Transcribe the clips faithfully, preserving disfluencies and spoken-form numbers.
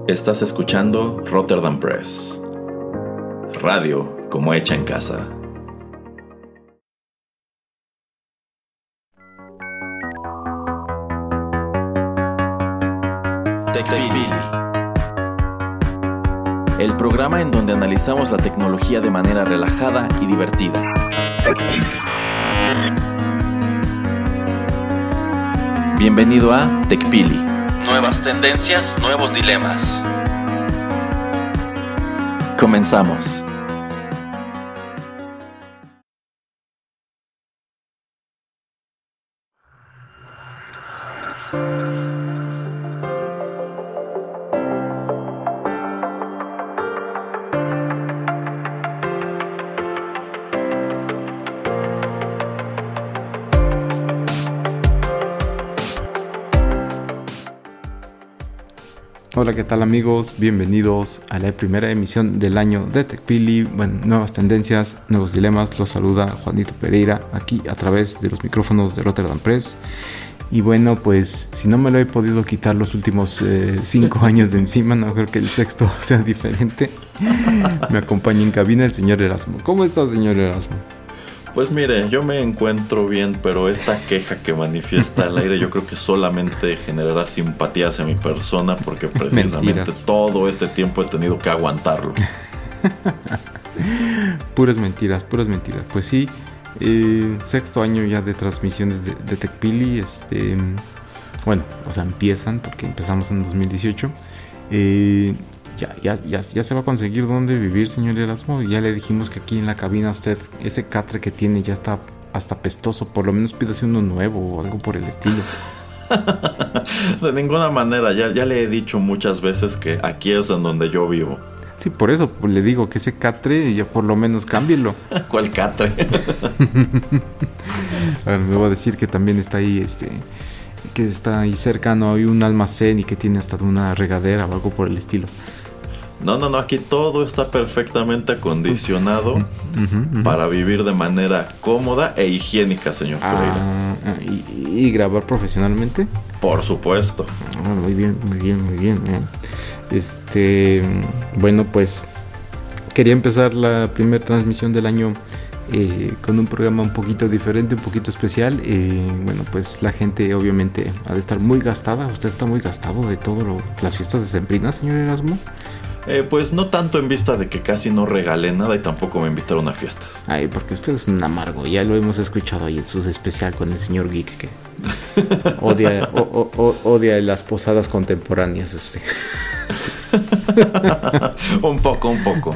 Estás escuchando Rotterdam Press. Radio como hecha en casa. TechPili, el programa en donde analizamos la tecnología de manera relajada y divertida. TechPili. Bienvenido a TechPili. Nuevas tendencias, nuevos dilemas. Comenzamos. Hola, ¿qué tal amigos? Bienvenidos a la primera emisión del año de TechPili. Bueno, nuevas tendencias, nuevos dilemas. Los saluda Juanito Pereira aquí a través de los micrófonos de Rotterdam Press. Y bueno, pues si no me lo he podido quitar los últimos eh, cinco años de encima, no creo que el sexto sea diferente. Me acompaña en cabina el señor Erasmo. ¿Cómo está, señor Erasmo? Pues mire, yo me encuentro bien, pero esta queja que manifiesta al aire yo creo que solamente generará simpatía hacia mi persona, porque precisamente Mentiras. todo este tiempo he tenido que aguantarlo. Puras mentiras, puras mentiras. Pues sí, eh, sexto año ya de transmisiones de, de TechPili. Este, bueno, o sea, empiezan porque empezamos en dos mil dieciocho. Eh, Ya, ya, ya, ya se va a conseguir dónde vivir, señor Erasmo. Ya le dijimos que aquí en la cabina usted, ese catre que tiene ya está hasta pestoso. Por lo menos pídase uno nuevo o algo por el estilo. De ninguna manera, ya, ya le he dicho muchas veces que aquí es en donde yo vivo. Sí, por eso pues, le digo que ese catre ya por lo menos cámbielo. ¿Cuál catre? Bueno, me va a decir que también está ahí, este, que está ahí cercano, hay un almacén y que tiene hasta una regadera o algo por el estilo. No, no, no, aquí todo está perfectamente acondicionado uh-huh, uh-huh. para vivir de manera cómoda e higiénica, señor Pereira. Ah, ¿y, ¿Y grabar profesionalmente? Por supuesto. Ah, muy bien, muy bien, muy bien. Eh. Este, bueno, pues quería empezar la primera transmisión del año eh, con un programa un poquito diferente, un poquito especial. Eh, bueno, pues la gente obviamente ha de estar muy gastada. ¿Usted está muy gastado de todas las fiestas decembrinas, señor Erasmo? Eh, pues no tanto en vista de que casi no regalé nada y tampoco me invitaron a fiestas. Ay, porque usted es un amargo. Ya lo hemos escuchado ahí en su especial con el señor Geek que odia, o, o, odia las posadas contemporáneas. Este. un poco, un poco.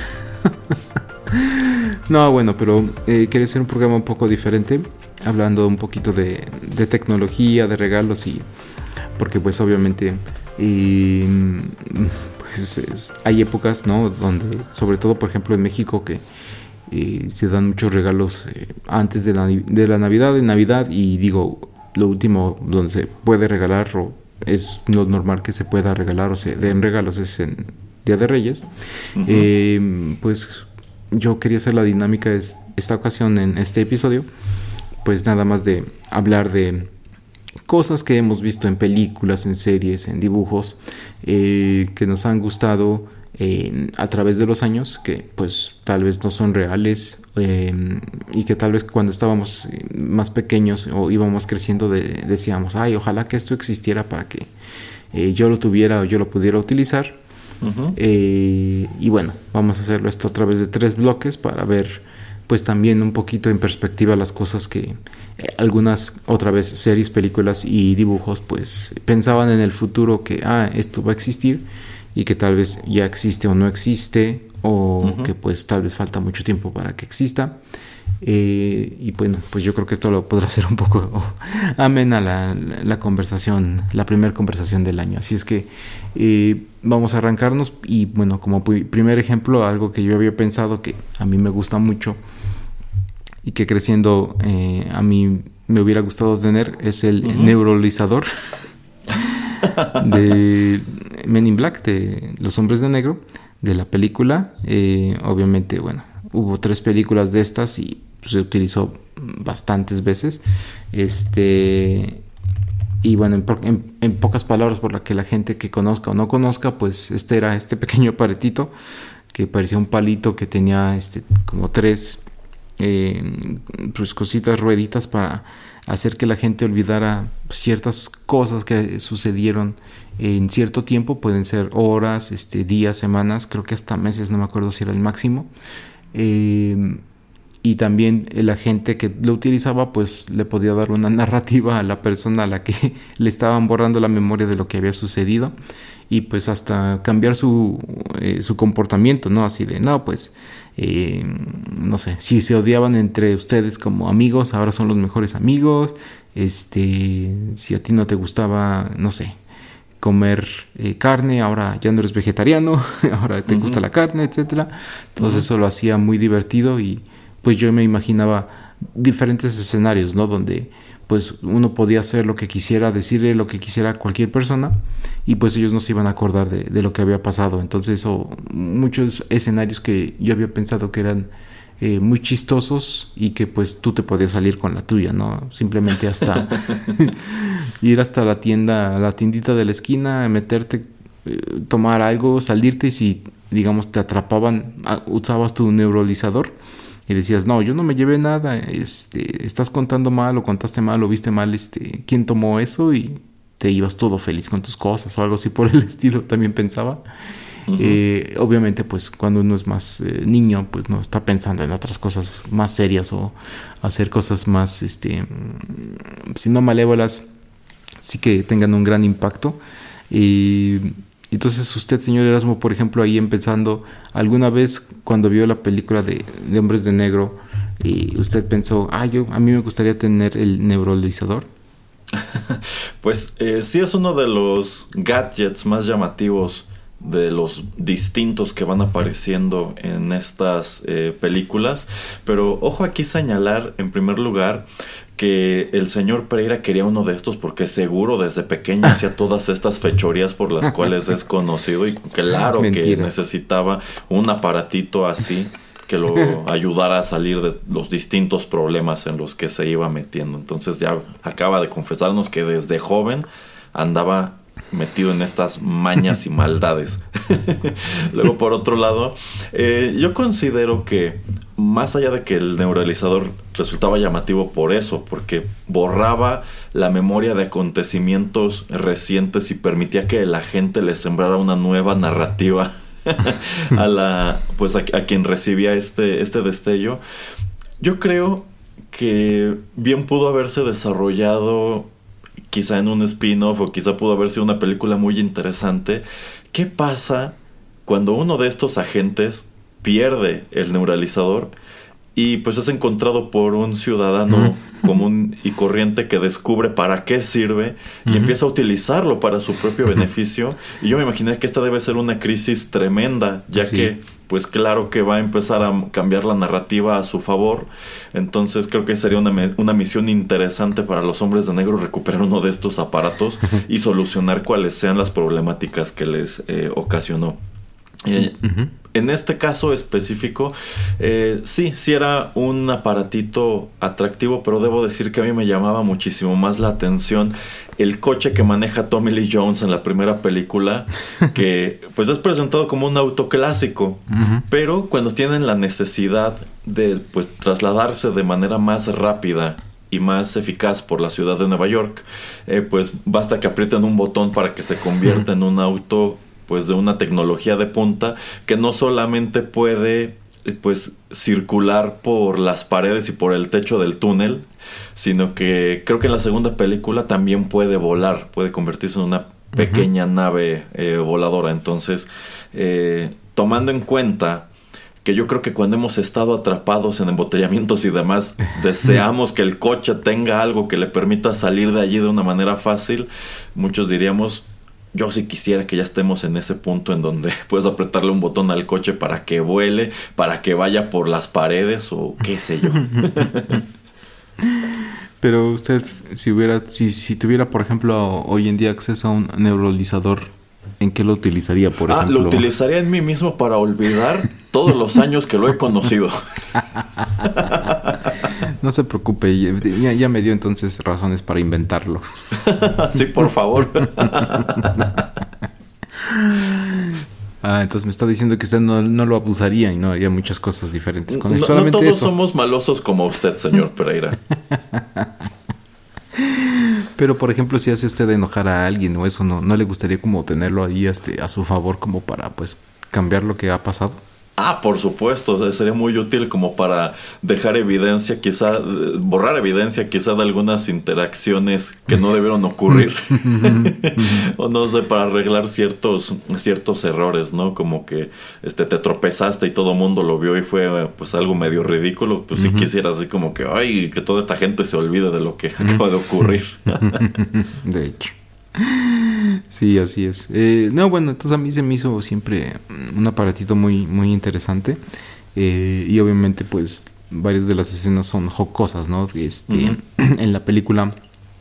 No, bueno, pero eh, quiere ser un programa un poco diferente, hablando un poquito de, de tecnología, de regalos y porque pues obviamente y, pues, es, hay épocas, ¿no? Donde, sobre todo por ejemplo en México, que eh, se dan muchos regalos eh, antes de la, de la Navidad, en Navidad, y digo, lo último donde se puede regalar o es lo normal que se pueda regalar o se den regalos es en Día de Reyes. Uh-huh. eh, pues yo quería hacer la dinámica de esta ocasión en este episodio, pues nada más de hablar de cosas que hemos visto en películas, en series, en dibujos, eh, que nos han gustado eh, a través de los años, que pues tal vez no son reales eh, y que tal vez cuando estábamos más pequeños o íbamos creciendo de, decíamos, ay, ojalá que esto existiera para que eh, yo lo tuviera o yo lo pudiera utilizar. Uh-huh. Eh, y bueno, vamos a hacerlo esto a través de tres bloques para ver pues también un poquito en perspectiva las cosas que eh, algunas otra vez series, películas y dibujos pues pensaban en el futuro que ah, esto va a existir y que tal vez ya existe o no existe o uh-huh. que pues tal vez falta mucho tiempo para que exista. Eh, y bueno, pues yo creo que esto lo podrá hacer un poco oh, amena la, la, la conversación, la primera conversación del año. Así es que eh, vamos a arrancarnos y bueno, como p- primer ejemplo, algo que yo había pensado que a mí me gusta mucho y que creciendo eh, a mí me hubiera gustado tener es el uh-huh. neuralizador de Men in Black, de Los Hombres de Negro, de la película. Eh, obviamente, bueno, hubo tres películas de estas y se utilizó bastantes veces. Este, Y bueno, en, en, en pocas palabras, por la que la gente que conozca o no conozca, pues este era este pequeño aparatito que parecía un palito que tenía este como tres eh, pues cositas, rueditas para hacer que la gente olvidara ciertas cosas que sucedieron en cierto tiempo. Pueden ser horas, este, días, semanas, creo que hasta meses, no me acuerdo si era el máximo. Eh, y también la gente que lo utilizaba pues le podía dar una narrativa a la persona a la que le estaban borrando la memoria de lo que había sucedido, y pues hasta cambiar su, eh, su comportamiento, ¿no? Así de, no, pues eh, no sé, si se odiaban entre ustedes como amigos, ahora son los mejores amigos. Este, si a ti no te gustaba, no sé, comer eh, carne, ahora ya no eres vegetariano, ahora te uh-huh. gusta la carne, etcétera. Entonces uh-huh. eso lo hacía muy divertido, y pues yo me imaginaba diferentes escenarios, ¿no? Donde pues uno podía hacer lo que quisiera, decirle lo que quisiera a cualquier persona, y pues ellos no se iban a acordar de, de lo que había pasado. Entonces, o muchos escenarios que yo había pensado que eran eh, muy chistosos, y que pues tú te podías salir con la tuya, ¿no? Simplemente hasta ir hasta la tienda, la tiendita de la esquina, meterte, eh, tomar algo, salirte, y si, digamos, te atrapaban, usabas tu neuralizador y decías, no, yo no me llevé nada, este, estás contando mal, o contaste mal, o viste mal, este, ¿quién tomó eso? Y te ibas todo feliz con tus cosas, o algo así por el estilo, también pensaba. Uh-huh. Eh, obviamente, pues, cuando uno es más eh, niño, pues no está pensando en otras cosas más serias, o hacer cosas más, este, si no malévolas, sí que tengan un gran impacto. Y entonces usted, señor Erasmo, por ejemplo, ahí empezando, ¿alguna vez cuando vio la película de, de Hombres de Negro, y usted pensó, ah, yo a mí me gustaría tener el neuralizador? Pues eh, sí, es uno de los gadgets más llamativos de los distintos que van apareciendo en estas eh, películas. Pero ojo aquí señalar, en primer lugar, que el señor Pereira quería uno de estos porque seguro desde pequeño hacía todas estas fechorías por las cuales es conocido, y claro que necesitaba un aparatito así que lo ayudara a salir de los distintos problemas en los que se iba metiendo. Entonces ya acaba de confesarnos que desde joven andaba metido en estas mañas y maldades. Luego, por otro lado, eh, yo considero que más allá de que el neuralizador resultaba llamativo por eso, porque borraba la memoria de acontecimientos recientes y permitía que la gente le sembrara una nueva narrativa a la, pues a, a quien recibía este, este destello. Yo creo que bien pudo haberse desarrollado quizá en un spin-off, o quizá pudo haber sido una película muy interesante. ¿Qué pasa cuando uno de estos agentes pierde el neuralizador y pues es encontrado por un ciudadano uh-huh. común y corriente que descubre para qué sirve y uh-huh. empieza a utilizarlo para su propio beneficio? Y yo me imaginé que esta debe ser una crisis tremenda, ya sí. que pues claro que va a empezar a cambiar la narrativa a su favor. Entonces creo que sería una, una misión interesante para los Hombres de Negro recuperar uno de estos aparatos y solucionar cuáles sean las problemáticas que les eh, ocasionó. Eh, uh-huh. En este caso específico, eh, sí, sí era un aparatito atractivo, pero debo decir que a mí me llamaba muchísimo más la atención el coche que maneja Tommy Lee Jones en la primera película, que pues es presentado como un auto clásico, uh-huh. pero cuando tienen la necesidad de pues trasladarse de manera más rápida y más eficaz por la ciudad de Nueva York, eh, pues basta que aprieten un botón para que se convierta uh-huh. en un auto pues de una tecnología de punta, que no solamente puede pues circular por las paredes y por el techo del túnel, sino que creo que en la segunda película también puede volar, puede convertirse en una pequeña uh-huh. nave eh, voladora. Entonces, eh, tomando en cuenta que yo creo que cuando hemos estado atrapados en embotellamientos y demás, deseamos que el coche tenga algo que le permita salir de allí de una manera fácil, muchos diríamos, yo sí quisiera que ya estemos en ese punto en donde puedes apretarle un botón al coche para que vuele, para que vaya por las paredes o qué sé yo. Pero usted, si hubiera, si, si tuviera, por ejemplo, hoy en día acceso a un neuralizador, ¿en qué lo utilizaría, por ah, ejemplo? Lo utilizaría en mí mismo para olvidar todos los años que lo he conocido. No se preocupe, ya, ya me dio entonces razones para inventarlo. Sí, por favor. Ah, entonces me está diciendo que usted no, no lo abusaría y no haría muchas cosas diferentes con él. No, Solamente no todos eso. somos malosos como usted, señor Pereira. Pero, por ejemplo, si hace usted enojar a alguien o eso, ¿no, no le gustaría como tenerlo ahí este, a su favor como para, pues, cambiar lo que ha pasado? Ah, por supuesto, sería muy útil como para dejar evidencia, quizá, borrar evidencia quizá de algunas interacciones que no debieron ocurrir. O no sé, para arreglar ciertos, ciertos errores, ¿no? Como que este te tropezaste y todo el mundo lo vio y fue pues algo medio ridículo. Pues uh-huh. Si quisiera así como que, ay, que toda esta gente se olvide de lo que uh-huh. acaba de ocurrir. De hecho. Sí, así es. Eh, no, bueno, entonces a mí se me hizo siempre un aparatito muy, muy interesante. Eh, y obviamente, pues, varias de las escenas son jocosas, ¿no? Este, uh-huh. En la película.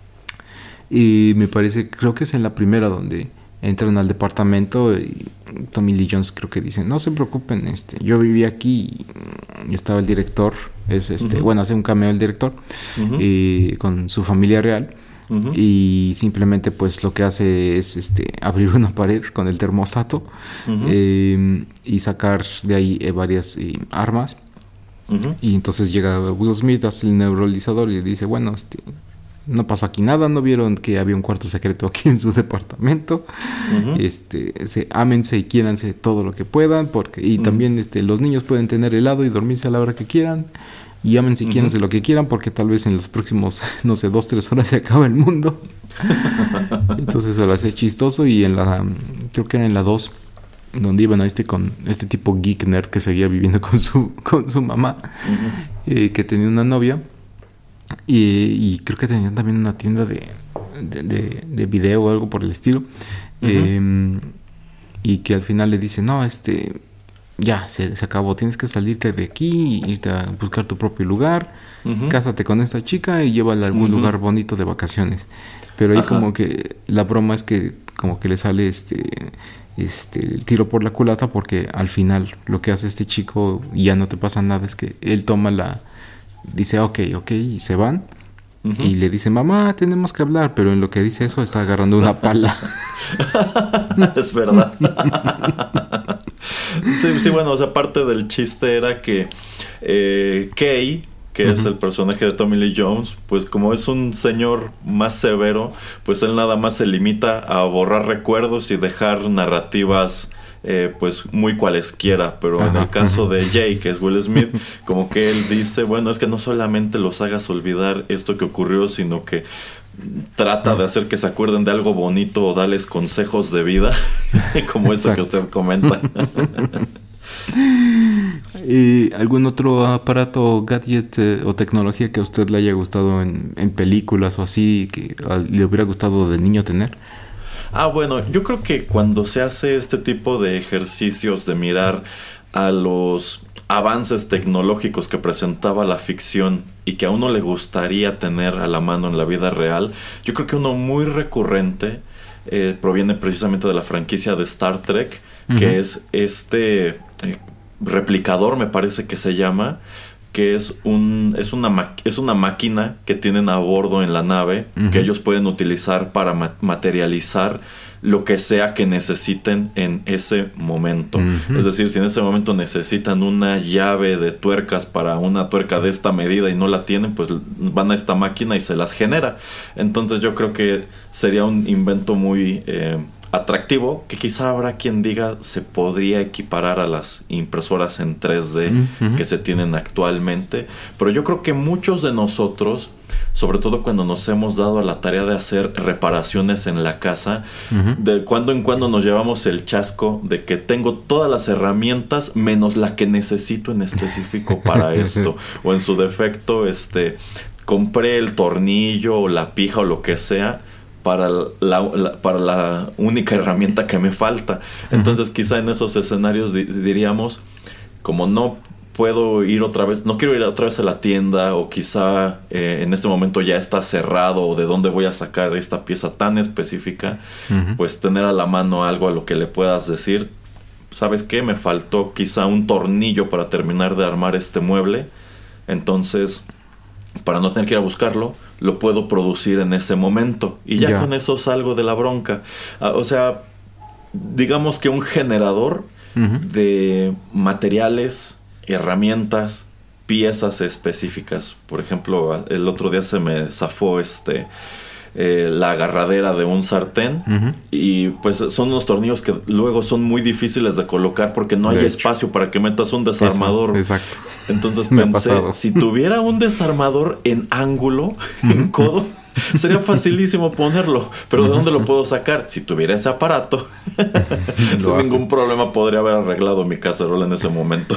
Y me parece, creo que es en la primera donde entran al departamento y Tommy Lee Jones creo que dice, no se preocupen, este, yo viví aquí y estaba el director, es este, uh-huh. bueno, hace un cameo el director, uh-huh. eh, con su familia real. Uh-huh. Y simplemente pues lo que hace es este abrir una pared con el termostato uh-huh. eh, y sacar de ahí eh, varias eh, armas uh-huh. y entonces llega Will Smith, hace el neuralizador y dice, bueno, este, no pasó aquí nada, no vieron que había un cuarto secreto aquí en su departamento, uh-huh. este, se, ámense y quiéranse todo lo que puedan, porque y uh-huh. también este, los niños pueden tener helado y dormirse a la hora que quieran. Y amen si quieren, uh-huh. lo que quieran, porque tal vez en los próximos, no sé, dos, tres horas se acaba el mundo. Entonces se lo hace chistoso. Y en la, creo que era en la dos, donde iban a este con este tipo geek nerd que seguía viviendo con su, con su mamá, uh-huh. eh, que tenía una novia. Y, y creo que tenían también una tienda de, de, de, de video o algo por el estilo. Uh-huh. Eh, y que al final le dice, no, este... ya, se, se acabó, tienes que salirte de aquí, irte a buscar tu propio lugar, uh-huh. cásate con esta chica y llévala a algún uh-huh. lugar bonito de vacaciones. Pero ahí Ajá. como que la broma es que como que le sale este este el tiro por la culata, porque al final lo que hace este chico y ya no te pasa nada es que él toma la, dice ok, ok, y se van. Uh-huh. Y le dice, mamá, tenemos que hablar, pero en lo que dice eso está agarrando una pala. Es verdad. Sí, sí, bueno, o sea, parte del chiste era que eh, Kay, que uh-huh. es el personaje de Tommy Lee Jones, pues como es un señor más severo, pues él nada más se limita a borrar recuerdos y dejar narrativas eh, pues muy cualesquiera. Pero ajá, en el caso ajá. de Jay, que es Will Smith, como que él dice, bueno, es que no solamente los hagas olvidar esto que ocurrió, sino que trata de hacer que se acuerden de algo bonito o darles consejos de vida, como eso que usted comenta. ¿Y algún otro aparato, gadget eh, o tecnología que a usted le haya gustado en, en películas o así, que a, le hubiera gustado de niño tener? Ah, bueno, yo creo que cuando se hace este tipo de ejercicios de mirar a los avances tecnológicos que presentaba la ficción y que a uno le gustaría tener a la mano en la vida real, yo creo que uno muy recurrente eh, proviene precisamente de la franquicia de Star Trek, uh-huh. que es este eh, replicador, me parece que se llama, que es un es una ma- es una máquina que tienen a bordo en la nave, uh-huh. que ellos pueden utilizar para ma- materializar lo que sea que necesiten en ese momento. Uh-huh. Es decir, si en ese momento necesitan una llave de tuercas para una tuerca de esta medida y no la tienen, pues van a esta máquina y se las genera. Entonces yo creo que sería un invento muy eh, atractivo, que quizá habrá quien diga se podría equiparar a las impresoras en tres D uh-huh. que se tienen actualmente. Pero yo creo que muchos de nosotros, sobre todo cuando nos hemos dado a la tarea de hacer reparaciones en la casa, uh-huh. de cuando en cuando nos llevamos el chasco de que tengo todas las herramientas menos la que necesito en específico para esto, o en su defecto este compré el tornillo o la pija o lo que sea para la, la, para la única herramienta que me falta. Entonces uh-huh. quizá en esos escenarios di- diríamos, como no puedo ir otra vez, no quiero ir otra vez a la tienda, o quizá eh, en este momento ya está cerrado, o de dónde voy a sacar esta pieza tan específica, uh-huh. pues tener a la mano algo a lo que le puedas decir, ¿sabes qué? Me faltó quizá un tornillo para terminar de armar este mueble, entonces para no tener que ir a buscarlo, lo puedo producir en ese momento. Y ya, ya. con eso salgo de la bronca. Uh, o sea, digamos que un generador uh-huh. de materiales, herramientas, piezas específicas. Por ejemplo, el otro día se me zafó este... Eh, la agarradera de un sartén uh-huh. y pues son unos tornillos que luego son muy difíciles de colocar porque no de hay hecho. espacio para que metas un desarmador. Eso, exacto. Entonces pensé, si tuviera un desarmador en ángulo, uh-huh. en codo, sería facilísimo ponerlo. Pero ¿de dónde lo puedo sacar? Si tuviera ese aparato, sin hace. ningún problema podría haber arreglado mi cacerola en ese momento.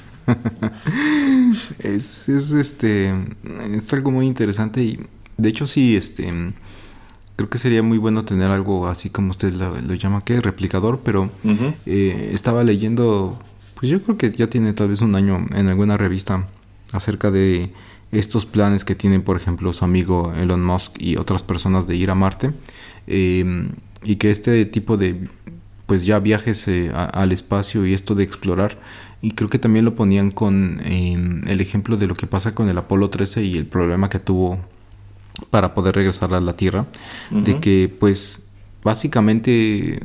es, es este es algo muy interesante y de hecho sí, este creo que sería muy bueno tener algo así como usted lo, lo llama, ¿qué? Replicador, pero uh-huh. eh, estaba leyendo, pues yo creo que ya tiene tal vez un año en alguna revista acerca de estos planes que tienen, por ejemplo, su amigo Elon Musk y otras personas de ir a Marte, eh, y que este tipo de, pues ya viajes eh, a, al espacio y esto de explorar, y creo que también lo ponían con eh, el ejemplo de lo que pasa con el Apolo trece y el problema que tuvo para poder regresar a la Tierra, uh-huh. de que pues básicamente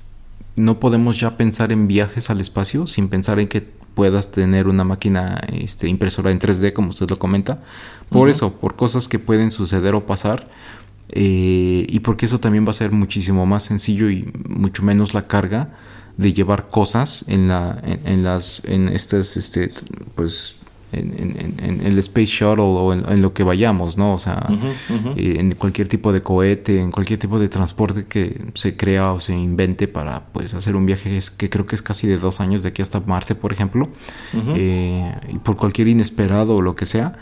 no podemos ya pensar en viajes al espacio sin pensar en que puedas tener una máquina este, impresora en tres D, como usted lo comenta, por uh-huh. eso, por cosas que pueden suceder o pasar, eh, y porque eso también va a ser muchísimo más sencillo y mucho menos la carga de llevar cosas en la en, en las en estas este pues En, en, en el Space Shuttle o en, en lo que vayamos, ¿no? O sea, uh-huh, uh-huh. Eh, en cualquier tipo de cohete, en cualquier tipo de transporte que se crea o se invente para, pues, hacer un viaje que creo que es casi de dos años de aquí hasta Marte, por ejemplo, uh-huh. eh, y por cualquier inesperado o lo que sea,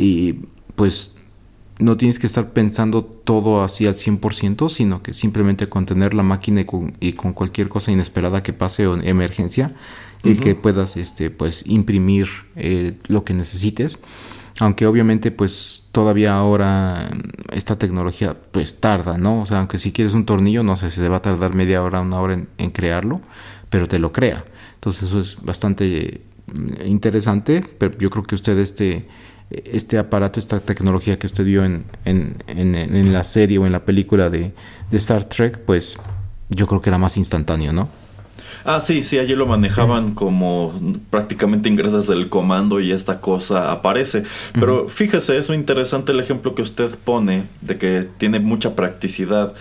y pues no tienes que estar pensando todo así al cien por ciento, sino que simplemente con tener la máquina y con, y con cualquier cosa inesperada que pase o emergencia, y uh-huh. que puedas este pues imprimir eh, lo que necesites, aunque obviamente pues todavía ahora esta tecnología pues tarda, ¿no? O sea, aunque si quieres un tornillo, no sé, se te va a tardar media hora, una hora en, en crearlo, pero te lo crea. Entonces eso es bastante interesante, pero yo creo que usted este este aparato, esta tecnología que usted vio en, en, en, en la serie o en la película de, de Star Trek, pues yo creo que era más instantáneo, ¿no? Ah, sí, sí, allí lo manejaban como prácticamente ingresas el comando y esta cosa aparece. Pero uh-huh. fíjese, es muy interesante el ejemplo que usted pone de que tiene mucha practicidad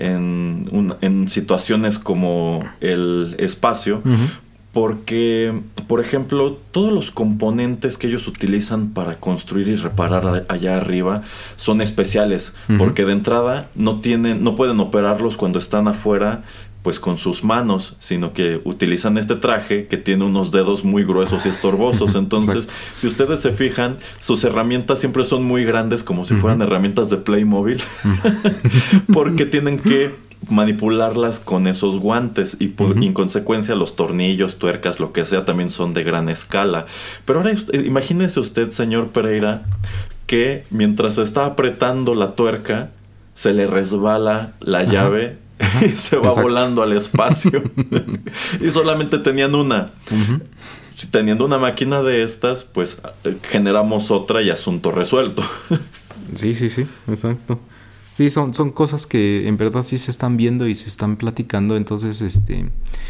en, un, en situaciones como el espacio. Uh-huh. Porque, por ejemplo, todos los componentes que ellos utilizan para construir y reparar allá arriba son especiales. Uh-huh. Porque de entrada no tienen, no pueden operarlos cuando están afuera, pues con sus manos, sino que utilizan este traje que tiene unos dedos muy gruesos y estorbosos. Entonces, si ustedes se fijan, sus herramientas siempre son muy grandes, como si fueran uh-huh. herramientas de Playmobil, uh-huh. porque tienen que manipularlas con esos guantes y por uh-huh. en consecuencia los tornillos, tuercas, lo que sea, también son de gran escala. Pero ahora imagínese usted, señor Pereira, que mientras está apretando la tuerca, se le resbala la uh-huh. llave y se va Exacto. volando al espacio. Y solamente tenían una. Uh-huh. Si teniendo una máquina de estas, pues generamos otra y asunto resuelto. Sí, sí, sí, exacto. Sí, son, son cosas que en verdad sí se están viendo y se están platicando. Entonces, este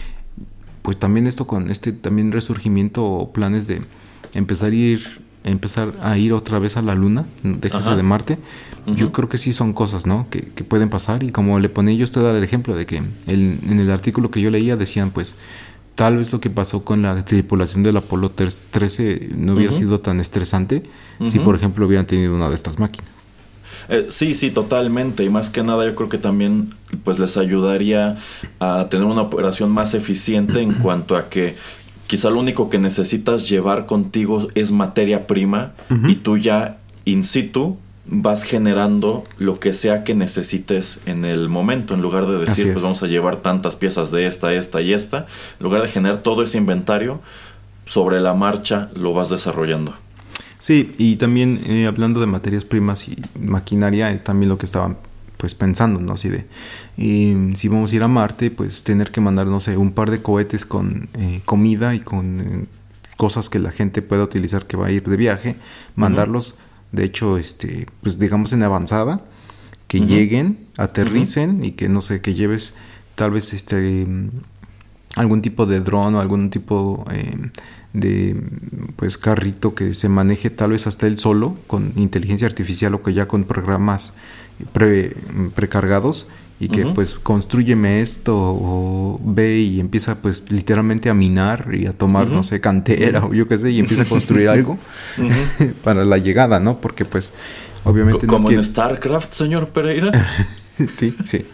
pues también esto con este también resurgimiento o planes de empezar a ir empezar a ir otra vez a la luna, déjese Ajá. de Marte. Uh-huh. Yo creo que sí son cosas, ¿no? Que, que pueden pasar. Y como le ponía yo a usted el ejemplo de que el, en el artículo que yo leía decían, pues, tal vez lo que pasó con la tripulación del Apolo trece no hubiera uh-huh. sido tan estresante uh-huh. si, por ejemplo, hubieran tenido una de estas máquinas. Eh, sí, sí, totalmente. Y más que nada yo creo que también pues les ayudaría a tener una operación más eficiente en cuanto a que quizá lo único que necesitas llevar contigo es materia prima uh-huh. y tú ya in situ vas generando lo que sea que necesites en el momento, en lugar de decir pues vamos a llevar tantas piezas de esta, esta y esta. En lugar de generar todo ese inventario, sobre la marcha lo vas desarrollando. Sí, y también eh, hablando de materias primas y maquinaria, es también lo que estaban pues pensando, ¿no? Así de, eh, si vamos a ir a Marte, pues tener que mandar, no sé, un par de cohetes con eh, comida y con eh, cosas que la gente pueda utilizar que va a ir de viaje, mandarlos, de hecho, este, pues digamos en avanzada, que uh-huh. lleguen, aterricen uh-huh. y que no sé, que lleves tal vez este algún tipo de dron o algún tipo eh, de pues carrito que se maneje tal vez hasta él solo con inteligencia artificial o que ya con programas pre, precargados y que uh-huh. pues construyeme esto o ve y empieza pues literalmente a minar y a tomar uh-huh. no sé cantera uh-huh. o yo qué sé y empieza a construir algo uh-huh. para la llegada, ¿no? Porque pues obviamente C- como no quiere... en StarCraft, señor Pereira. Sí, sí.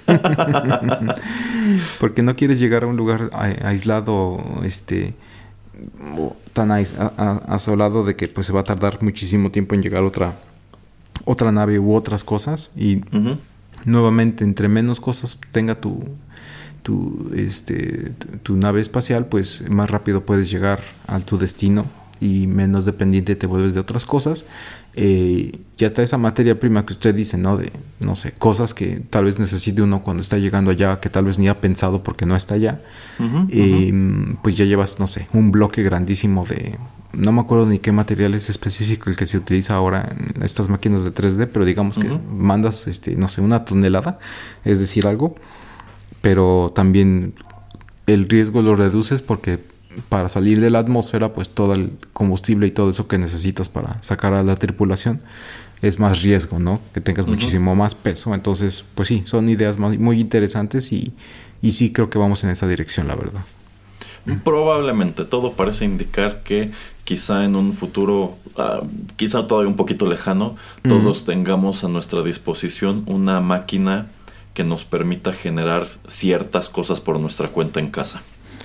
Porque no quieres llegar a un lugar a- aislado, este, tan ais- a- a- asolado de que pues se va a tardar muchísimo tiempo en llegar otra, otra nave u otras cosas y uh-huh. nuevamente entre menos cosas tenga tu, tu, este, tu, tu nave espacial, pues más rápido puedes llegar a tu destino y menos dependiente te vuelves de otras cosas. Eh, ya está esa materia prima que usted dice, ¿no? De, no sé, cosas que tal vez necesite uno cuando está llegando allá, que tal vez ni ha pensado porque no está allá. Uh-huh, eh, uh-huh. Pues ya llevas, no sé, un bloque grandísimo de... No me acuerdo ni qué material es específico el que se utiliza ahora en estas máquinas de tres D, pero digamos uh-huh. que mandas, este, no sé, una tonelada, es decir, algo, pero también el riesgo lo reduces porque para salir de la atmósfera, pues todo el combustible y todo eso que necesitas para sacar a la tripulación es más riesgo, ¿no? Que tengas uh-huh. muchísimo más peso. Entonces, pues sí, son ideas muy, muy interesantes y, y sí creo que vamos en esa dirección, la verdad. Probablemente. Todo parece indicar que quizá en un futuro, uh, quizá todavía un poquito lejano, uh-huh. todos tengamos a nuestra disposición una máquina que nos permita generar ciertas cosas por nuestra cuenta en casa.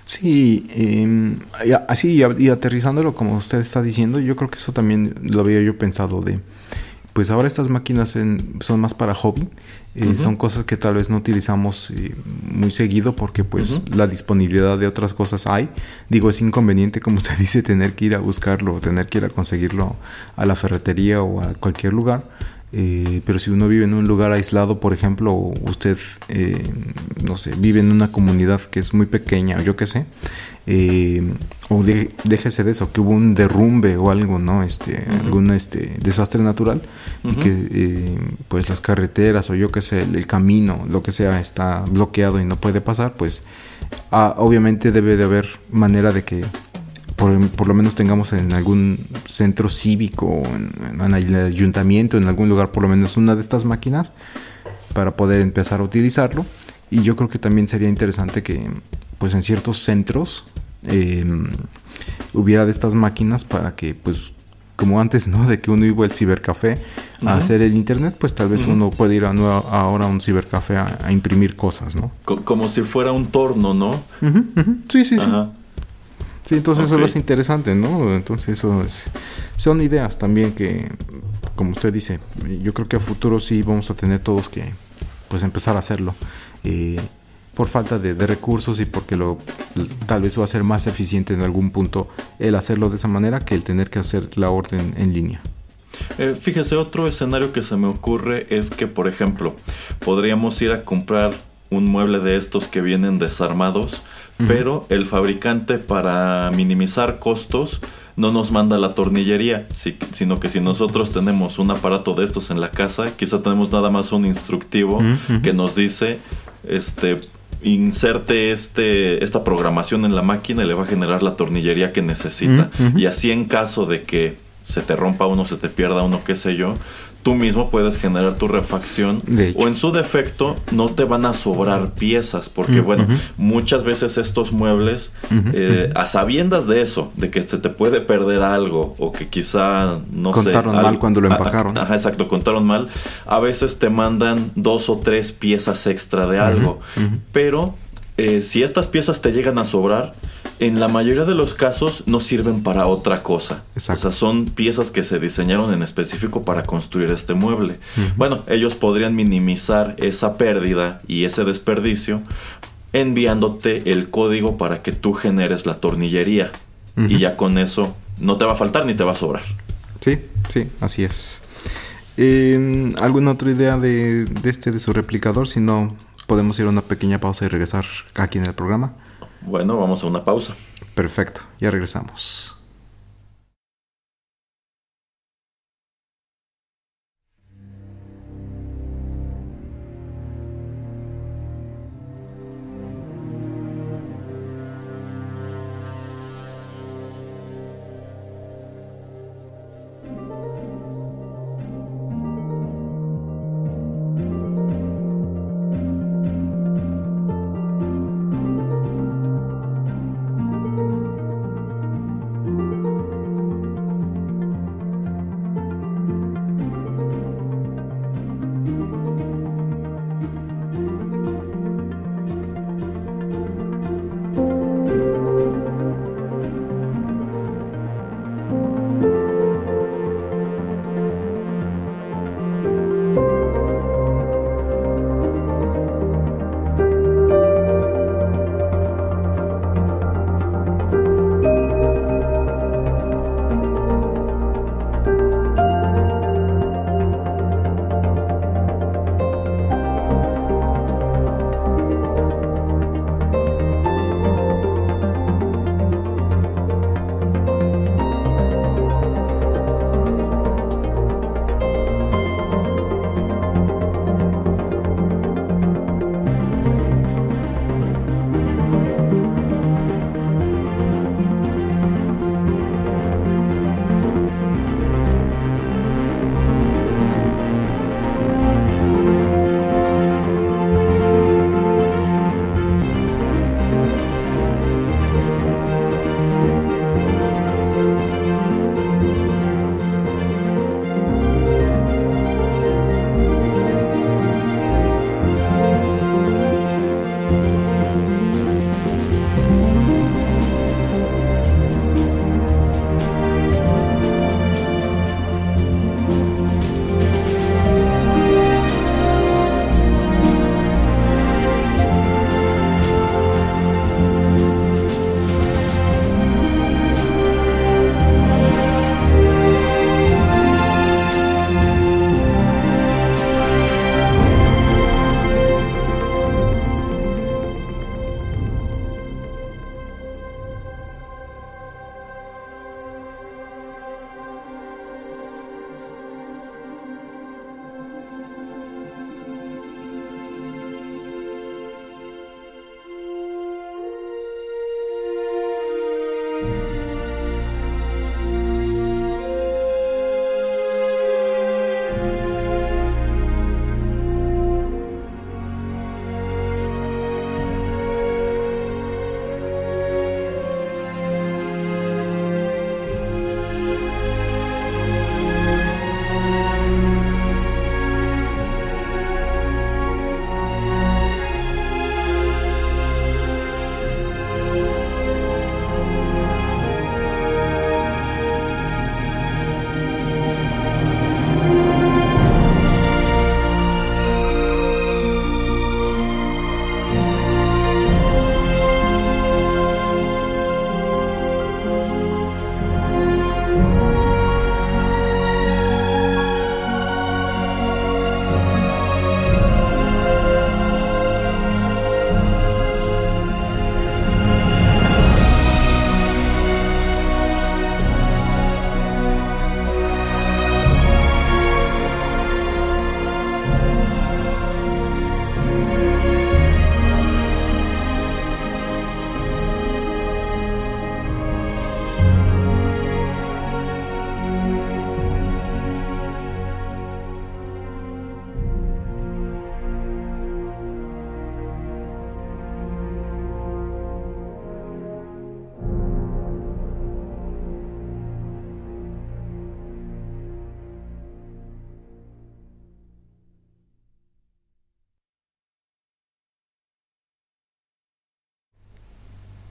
Sí, eh, así y aterrizándolo como usted está diciendo, yo creo que eso también lo había yo pensado de, pues ahora estas máquinas en, son más para hobby, eh, uh-huh. son cosas que tal vez no utilizamos eh, muy seguido porque pues uh-huh. la disponibilidad de otras cosas hay. Digo, es inconveniente, como usted dice, tener que ir a buscarlo, tener que ir a conseguirlo a la ferretería o a cualquier lugar. Eh, pero si uno vive en un lugar aislado, por ejemplo, o usted, eh, no sé, vive en una comunidad que es muy pequeña, o yo qué sé, eh, o de, déjese de eso, que hubo un derrumbe o algo, ¿no? Este, uh-huh. algún este, desastre natural, uh-huh. y que eh, pues las carreteras, o yo qué sé, el, el camino, lo que sea, está bloqueado y no puede pasar, pues ah, obviamente debe de haber manera de que Por, por lo menos tengamos en algún centro cívico, en, en el ayuntamiento, en algún lugar por lo menos una de estas máquinas para poder empezar a utilizarlo. Y yo creo que también sería interesante que pues en ciertos centros eh, hubiera de estas máquinas para que pues como antes, ¿no? De que uno iba al cibercafé uh-huh. a hacer el internet, pues tal vez uh-huh. uno puede ir a nueva, ahora a un cibercafé a, a imprimir cosas, ¿no? Co- como si fuera un torno, ¿no? Uh-huh, uh-huh. Sí, sí, sí. Ajá. Sí, entonces okay. eso lo hace interesante, ¿no? Entonces eso es, son ideas también que, como usted dice, yo creo que a futuro sí vamos a tener todos que pues empezar a hacerlo eh, por falta de, de recursos y porque lo tal vez va a ser más eficiente en algún punto el hacerlo de esa manera que el tener que hacer la orden en línea. Eh, fíjese, otro escenario que se me ocurre es que, por ejemplo, podríamos ir a comprar un mueble de estos que vienen desarmados, uh-huh. pero el fabricante, para minimizar costos, no nos manda la tornillería, si, sino que si nosotros tenemos un aparato de estos en la casa, quizá tenemos nada más un instructivo uh-huh. que nos dice, este, inserte este, esta programación en la máquina y le va a generar la tornillería que necesita. Uh-huh. Y así, en caso de que se te rompa uno, se te pierda uno, qué sé yo, tú mismo puedes generar tu refacción, o en su defecto no te van a sobrar piezas, porque uh-huh. bueno, muchas veces estos muebles, uh-huh. eh, a sabiendas de eso, de que se te puede perder algo, o que quizá, no contaron sé... Contaron mal cuando lo empacaron. Ajá, exacto, contaron mal. A veces te mandan dos o tres piezas extra de algo, uh-huh. Uh-huh. pero eh, si estas piezas te llegan a sobrar, en la mayoría de los casos no sirven para otra cosa. Exacto. O sea, son piezas que se diseñaron en específico para construir este mueble. Uh-huh. Bueno, ellos podrían minimizar esa pérdida y ese desperdicio enviándote el código para que tú generes la tornillería. Uh-huh. Y ya con eso no te va a faltar ni te va a sobrar. Sí, sí, así es. Eh, ¿Alguna otra idea de, de este, de su replicador? Si no, podemos ir a una pequeña pausa y regresar aquí en el programa. Bueno, vamos a una pausa. Perfecto, ya regresamos.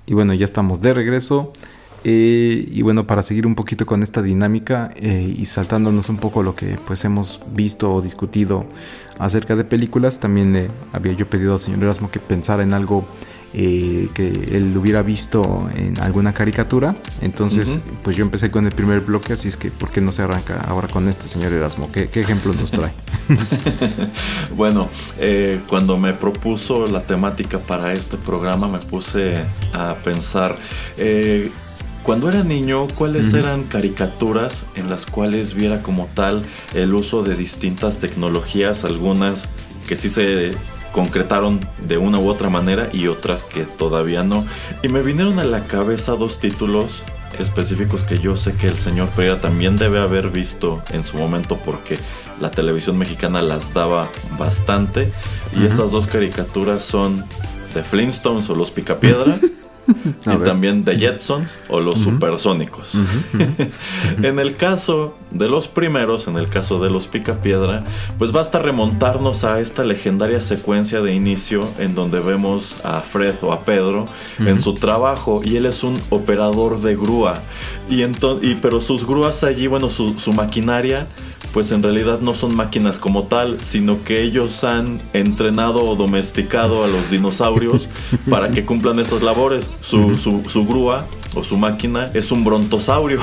Y bueno, ya estamos de regreso. Eh, y bueno, para seguir un poquito con esta dinámica eh, y saltándonos un poco lo que pues hemos visto o discutido acerca de películas, también eh, había yo pedido al señor Erasmo que pensara en algo eh, que él hubiera visto en alguna caricatura. Entonces, uh-huh. pues yo empecé con el primer bloque, así es que ¿por qué no se arranca ahora con este, señor Erasmo? ¿Qué, qué ejemplo nos trae? Bueno, eh, cuando me propuso la temática para este programa me puse a pensar... Eh, Cuando era niño, ¿cuáles uh-huh. eran caricaturas en las cuales viera como tal el uso de distintas tecnologías? Algunas que sí se concretaron de una u otra manera y otras que todavía no. Y me vinieron a la cabeza dos títulos específicos que yo sé que el señor Pereira también debe haber visto en su momento porque la televisión mexicana las daba bastante. Y uh-huh. esas dos caricaturas son The Flintstones o Los Picapiedra. y ver. También The Jetsons o Los uh-huh. Supersónicos. Uh-huh. Uh-huh. En el caso de los primeros, en el caso de Los Picapiedra, pues basta remontarnos a esta legendaria secuencia de inicio en donde vemos a Fred o a Pedro uh-huh. en su trabajo y él es un operador de grúa y, ento- y pero sus grúas allí, bueno, su, su maquinaria pues en realidad no son máquinas como tal, sino que ellos han entrenado o domesticado a los dinosaurios para que cumplan esas labores. Su, su, su grúa o su máquina es un brontosaurio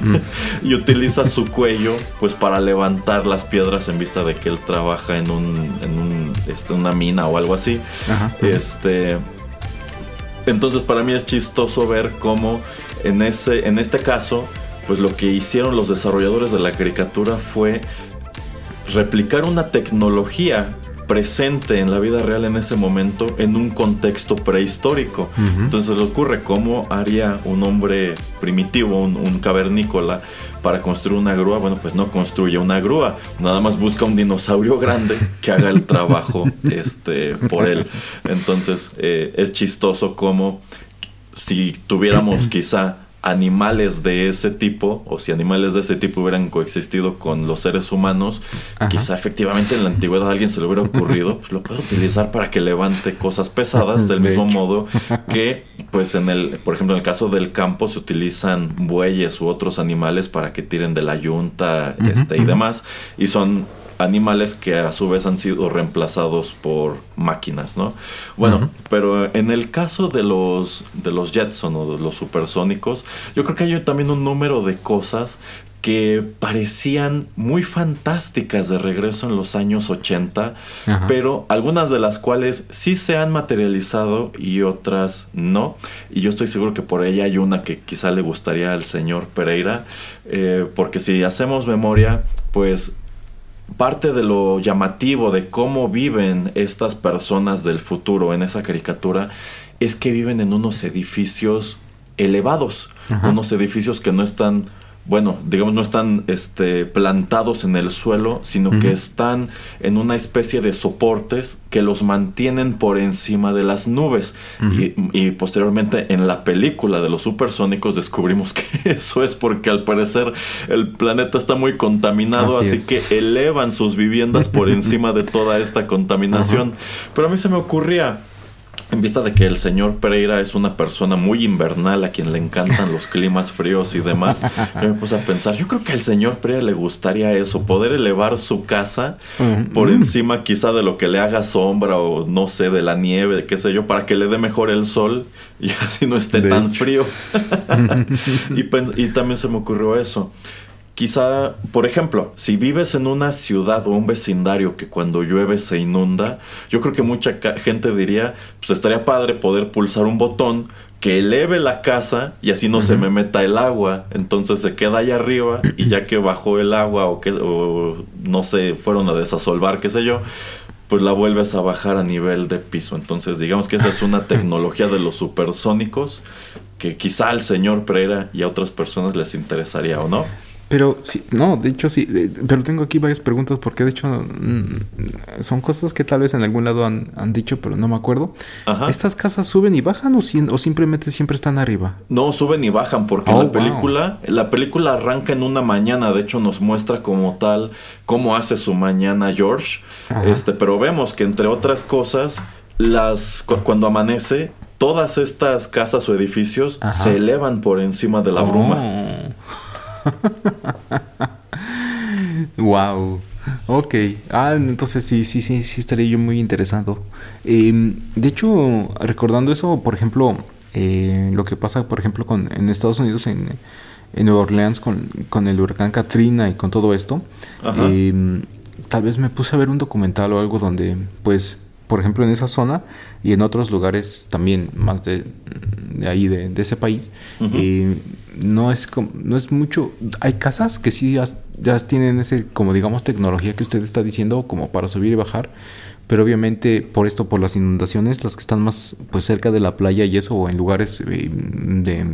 y utiliza su cuello pues para levantar las piedras en vista de que él trabaja en un, en un este, una mina o algo así. Ajá. Este, entonces para mí es chistoso ver cómo en ese, en este caso pues lo que hicieron los desarrolladores de la caricatura fue replicar una tecnología presente en la vida real en ese momento en un contexto prehistórico. Uh-huh. Entonces le ocurre cómo haría un hombre primitivo, un, un cavernícola, para construir una grúa. Bueno, pues no construye una grúa, nada más busca un dinosaurio grande que haga el trabajo este, por él. Entonces eh, es chistoso cómo si tuviéramos quizá animales de ese tipo, o si animales de ese tipo hubieran coexistido con los seres humanos, ajá, quizá efectivamente en la antigüedad a alguien se le hubiera ocurrido, pues lo puedo utilizar para que levante cosas pesadas, del mismo modo que, pues en el, por ejemplo, en el caso del campo se utilizan bueyes u otros animales para que tiren de la yunta, uh-huh, este, y demás, y son animales que a su vez han sido reemplazados por máquinas, ¿no? Bueno, uh-huh, pero en el caso de los de los Jetson o de los supersónicos, yo creo que hay también un número de cosas que parecían muy fantásticas de regreso en los años ochenta, uh-huh, pero algunas de las cuales sí se han materializado y otras no. Y yo estoy seguro que por ahí hay una que quizá le gustaría al señor Pereira, eh, porque si hacemos memoria, pues parte de lo llamativo de cómo viven estas personas del futuro en esa caricatura es que viven en unos edificios elevados, ajá, unos edificios que no están, bueno, digamos, no están este, plantados en el suelo, sino uh-huh, que están en una especie de soportes que los mantienen por encima de las nubes. Uh-huh. Y, y posteriormente en la película de los supersónicos descubrimos que eso es porque al parecer el planeta está muy contaminado, así, así que elevan sus viviendas por encima de toda esta contaminación. Uh-huh. Pero a mí se me ocurría, en vista de que el señor Pereira es una persona muy invernal a quien le encantan los climas fríos y demás, yo me puse a pensar, yo creo que al señor Pereira le gustaría eso, poder elevar su casa uh-huh, por encima quizá de lo que le haga sombra o no sé, de la nieve, qué sé yo, para que le dé mejor el sol y así no esté de tan hecho. frío. y, pen- y también se me ocurrió eso. Quizá, por ejemplo, si vives en una ciudad o un vecindario que cuando llueve se inunda, yo creo que mucha ca- gente diría, pues estaría padre poder pulsar un botón que eleve la casa y así no uh-huh, se me meta el agua. Entonces se queda ahí arriba y ya que bajó el agua o, que, o no sé, fueron a desasolvar, qué sé yo, pues la vuelves a bajar a nivel de piso. Entonces digamos que esa es una tecnología de los supersónicos que quizá al señor Pereira y a otras personas les interesaría, ¿o no? Pero sí, no, de hecho sí, de, pero tengo aquí varias preguntas porque de hecho mmm, son cosas que tal vez en algún lado han, han dicho, pero no me acuerdo. Ajá. ¿Estas casas suben y bajan o, si, o simplemente siempre están arriba? No, suben y bajan porque oh, la película, wow. la película arranca en una mañana, de hecho nos muestra como tal cómo hace su mañana George, ajá, este, pero vemos que entre otras cosas, las cu- cuando amanece, todas estas casas o edificios Ajá. se elevan por encima de la oh. bruma. Wow. Ok. Ah, entonces sí, sí, sí, sí estaría yo muy interesado. Eh, de hecho, recordando eso, por ejemplo, eh, lo que pasa, por ejemplo, con en Estados Unidos, en, en Nueva Orleans, con, con el huracán Katrina y con todo esto, eh, tal vez me puse a ver un documental o algo donde, pues, por ejemplo, en esa zona y en otros lugares también más de, de ahí, de, de ese país, uh-huh. eh, no es como, no es mucho. Hay casas que sí ya, ya tienen ese, como digamos, tecnología que usted está diciendo, como para subir y bajar, pero obviamente por esto, por las inundaciones, las que están más pues cerca de la playa y eso, o en lugares eh, de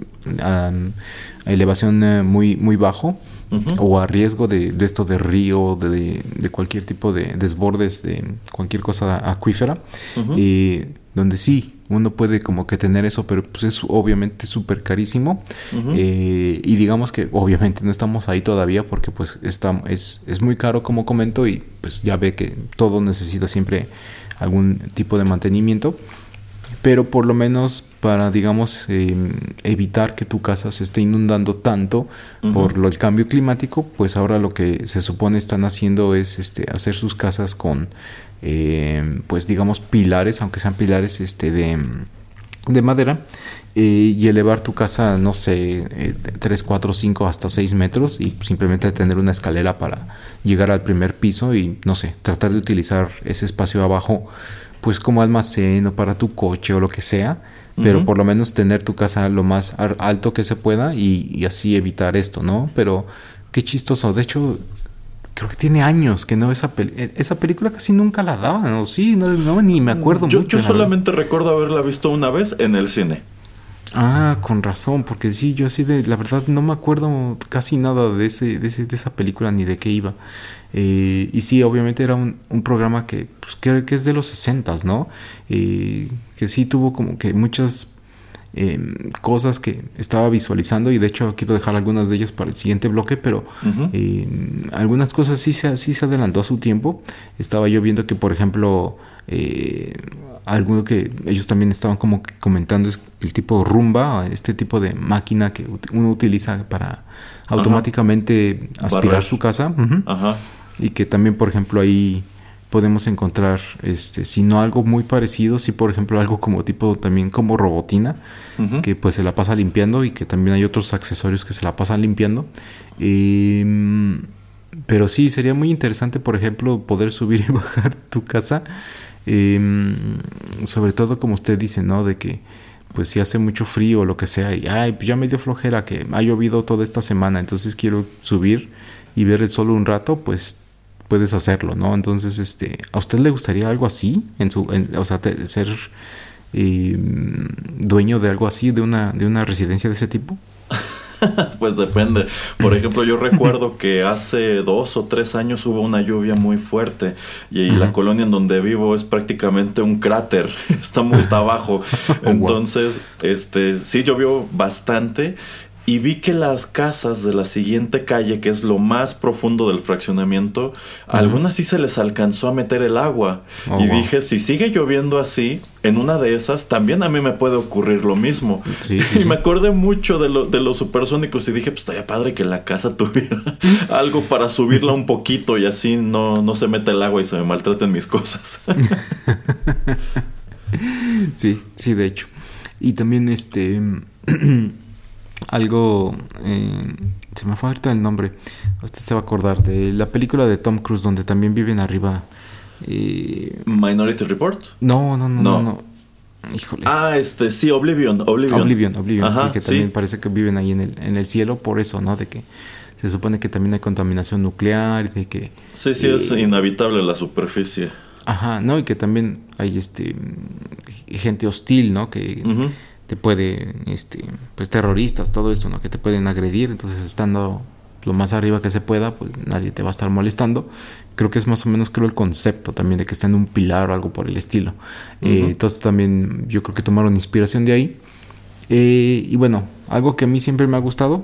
a, a elevación eh, muy, muy bajo, Uh-huh. o a riesgo de, de esto de río, de, de, de cualquier tipo de desbordes, de cualquier cosa acuífera, uh-huh. eh, donde sí, uno puede como que tener eso, pero pues es obviamente súper carísimo, uh-huh. eh, y digamos que obviamente no estamos ahí todavía porque pues está, es, es muy caro, como comento, y pues ya ve que todo necesita siempre algún tipo de mantenimiento. Pero por lo menos para, digamos, eh, evitar que tu casa se esté inundando tanto uh-huh. por lo, el cambio climático, pues ahora lo que se supone están haciendo es este, hacer sus casas con, eh, pues digamos, pilares, aunque sean pilares este, de, de madera, eh, y elevar tu casa, no sé, eh, tres, cuatro, cinco, hasta seis metros, y simplemente tener una escalera para llegar al primer piso y, no sé, tratar de utilizar ese espacio abajo pues como almacén o para tu coche o lo que sea, pero uh-huh. por lo menos tener tu casa lo más alto que se pueda y, y así evitar esto, ¿no? Pero qué chistoso, de hecho creo que tiene años que no esa peli- esa película casi nunca la daban, ¿no? Sí, no, no ni me acuerdo yo, mucho. Yo solamente recuerdo haberla visto una vez en el cine. Ah, con razón, porque sí, yo así de, la verdad no me acuerdo casi nada de ese, de ese, de esa película ni de qué iba. Eh, y sí, obviamente era un, un programa que, pues, creo que es de los sesentas, ¿no? Eh, que sí tuvo como que muchas eh, cosas que estaba visualizando, y de hecho quiero dejar algunas de ellas para el siguiente bloque, pero uh-huh. eh, algunas cosas sí se, sí se adelantó a su tiempo. Estaba yo viendo que, por ejemplo, eh, algo que ellos también estaban como comentando es el tipo Roomba, este tipo de máquina que uno utiliza para automáticamente Ajá. aspirar Barrer. su casa. Uh-huh. Ajá. Y que también, por ejemplo, ahí podemos encontrar, este, si no algo muy parecido, si por ejemplo algo como tipo también como robotina, uh-huh. que pues se la pasa limpiando, y que también hay otros accesorios que se la pasan limpiando. Eh, pero sí, sería muy interesante, por ejemplo, poder subir y bajar tu casa. Eh, sobre todo como usted dice, ¿no? De que pues si hace mucho frío o lo que sea, y ay, pues ya me dio flojera que ha llovido toda esta semana, entonces quiero subir y ver el sol un rato, pues puedes hacerlo, ¿no? Entonces, este, ¿a usted le gustaría algo así? En su, en, o sea, te, ser eh, dueño de algo así, de una, de una residencia de ese tipo. Pues depende. Por ejemplo, yo recuerdo que hace dos o tres años hubo una lluvia muy fuerte y uh-huh. la colonia en donde vivo es prácticamente un cráter. Está muy está abajo. Entonces, wow. este, sí llovió bastante. Y vi que las casas de la siguiente calle, que es lo más profundo del fraccionamiento, uh-huh. algunas sí se les alcanzó a meter el agua. Oh, y wow. dije, si sigue lloviendo así, en una de esas, también a mí me puede ocurrir lo mismo. Sí, sí, y sí. me acordé mucho de, lo, de los supersónicos y dije, pues estaría padre que la casa tuviera algo para subirla un poquito y así no, no se mete el agua y se me maltraten mis cosas. Sí, sí, de hecho. Y también este... algo, eh, se me fue ahorita el nombre, usted se va a acordar de la película de Tom Cruise donde también viven arriba. eh... Minority Report. No, no, no, no, no, no. Híjole. Ah, este, sí, Oblivion, Oblivion. Oblivion, Oblivion, Ajá, sí, que también sí. parece que viven ahí en el, en el cielo por eso, ¿no? De que se supone que también hay contaminación nuclear, de que... Sí, sí, eh, es inhabitable la superficie. Ajá, no, y que también hay este gente hostil, ¿no? Que... Uh-huh. te puede, este, pues terroristas, todo esto, ¿no? Que te pueden agredir, entonces estando lo más arriba que se pueda, pues nadie te va a estar molestando. Creo que es más o menos, creo, el concepto también de que está en un pilar o algo por el estilo. Uh-huh. Eh, entonces también yo creo que tomaron inspiración de ahí. Eh, y bueno, algo que a mí siempre me ha gustado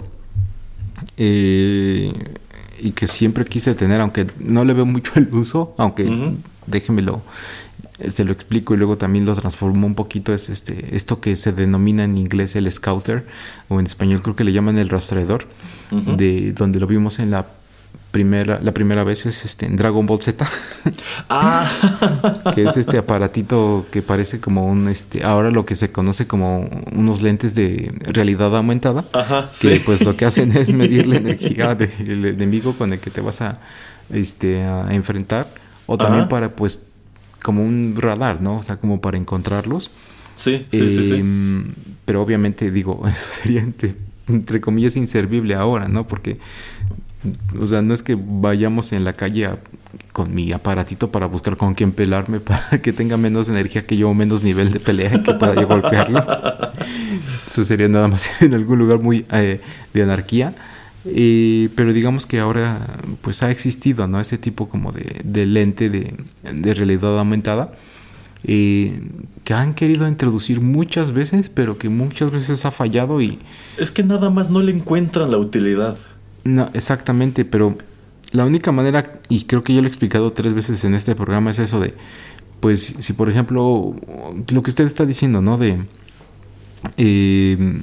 eh, y que siempre quise tener, aunque no le veo mucho el uso, aunque uh-huh. déjenmelo se lo explico y luego también lo transformo un poquito, es este esto que se denomina en inglés el scouter, o en español creo que le llaman el rastreador, uh-huh. de donde lo vimos en la primera la primera vez es este en Dragon Ball Z. Ah. Que es este aparatito que parece como un este ahora lo que se conoce como unos lentes de realidad aumentada. Ajá, que sí. Pues lo que hacen es medir la energía del enemigo con el que te vas a este a enfrentar, o también Ajá. para pues como un radar, ¿no? O sea, como para encontrarlos. Sí, sí, eh, sí, sí. Pero obviamente digo, eso sería entre, entre comillas inservible ahora, ¿no? Porque o sea, no es que vayamos en la calle a, con mi aparatito para buscar con quién pelarme para que tenga menos energía que yo o menos nivel de pelea y que pueda yo golpearlo. Eso sería nada más en algún lugar muy eh, de anarquía. Eh, pero digamos que ahora pues ha existido, ¿no? Ese tipo como de, de lente de, de realidad aumentada eh, que han querido introducir muchas veces, pero que muchas veces ha fallado y... Es que nada más no le encuentran la utilidad. No, exactamente, pero la única manera, y creo que yo lo he explicado tres veces en este programa, es eso de, pues, si por ejemplo, lo que usted está diciendo, ¿no? De, eh,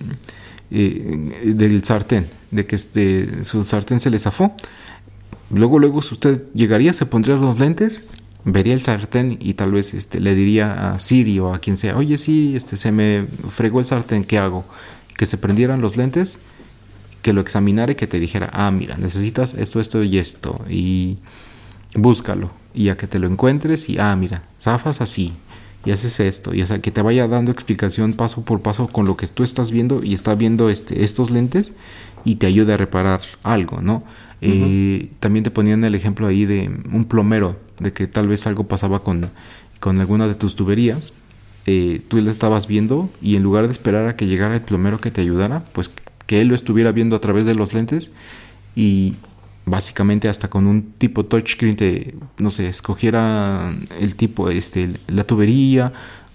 eh, del sartén, de que este, su sartén se le zafó. Luego, luego, si usted llegaría, se pondría los lentes, vería el sartén y tal vez este, le diría a Siri o a quien sea, oye Siri, este, se me fregó el sartén, ¿qué hago? Que se prendieran los lentes, que lo examinara y que te dijera, ah, mira, necesitas esto, esto y esto, y búscalo, y a que te lo encuentres, y ah, mira, zafas así, y haces esto, y o sea, que te vaya dando explicación paso por paso con lo que tú estás viendo, y está viendo este, estos lentes, y te ayude a reparar algo, ¿no? Uh-huh. Eh, también te ponían el ejemplo ahí de un plomero, de que tal vez algo pasaba con, con alguna de tus tuberías, eh, tú la estabas viendo, y en lugar de esperar a que llegara el plomero que te ayudara, pues que él lo estuviera viendo a través de los lentes y básicamente hasta con un tipo touchscreen te, no sé, escogiera el tipo, este, la tubería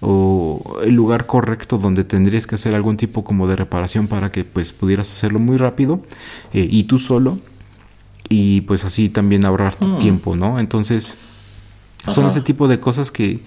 o el lugar correcto donde tendrías que hacer algún tipo como de reparación para que pues pudieras hacerlo muy rápido eh, y tú solo, y pues así también ahorrar tu hmm. tiempo, ¿no? Entonces son Ajá. ese tipo de cosas que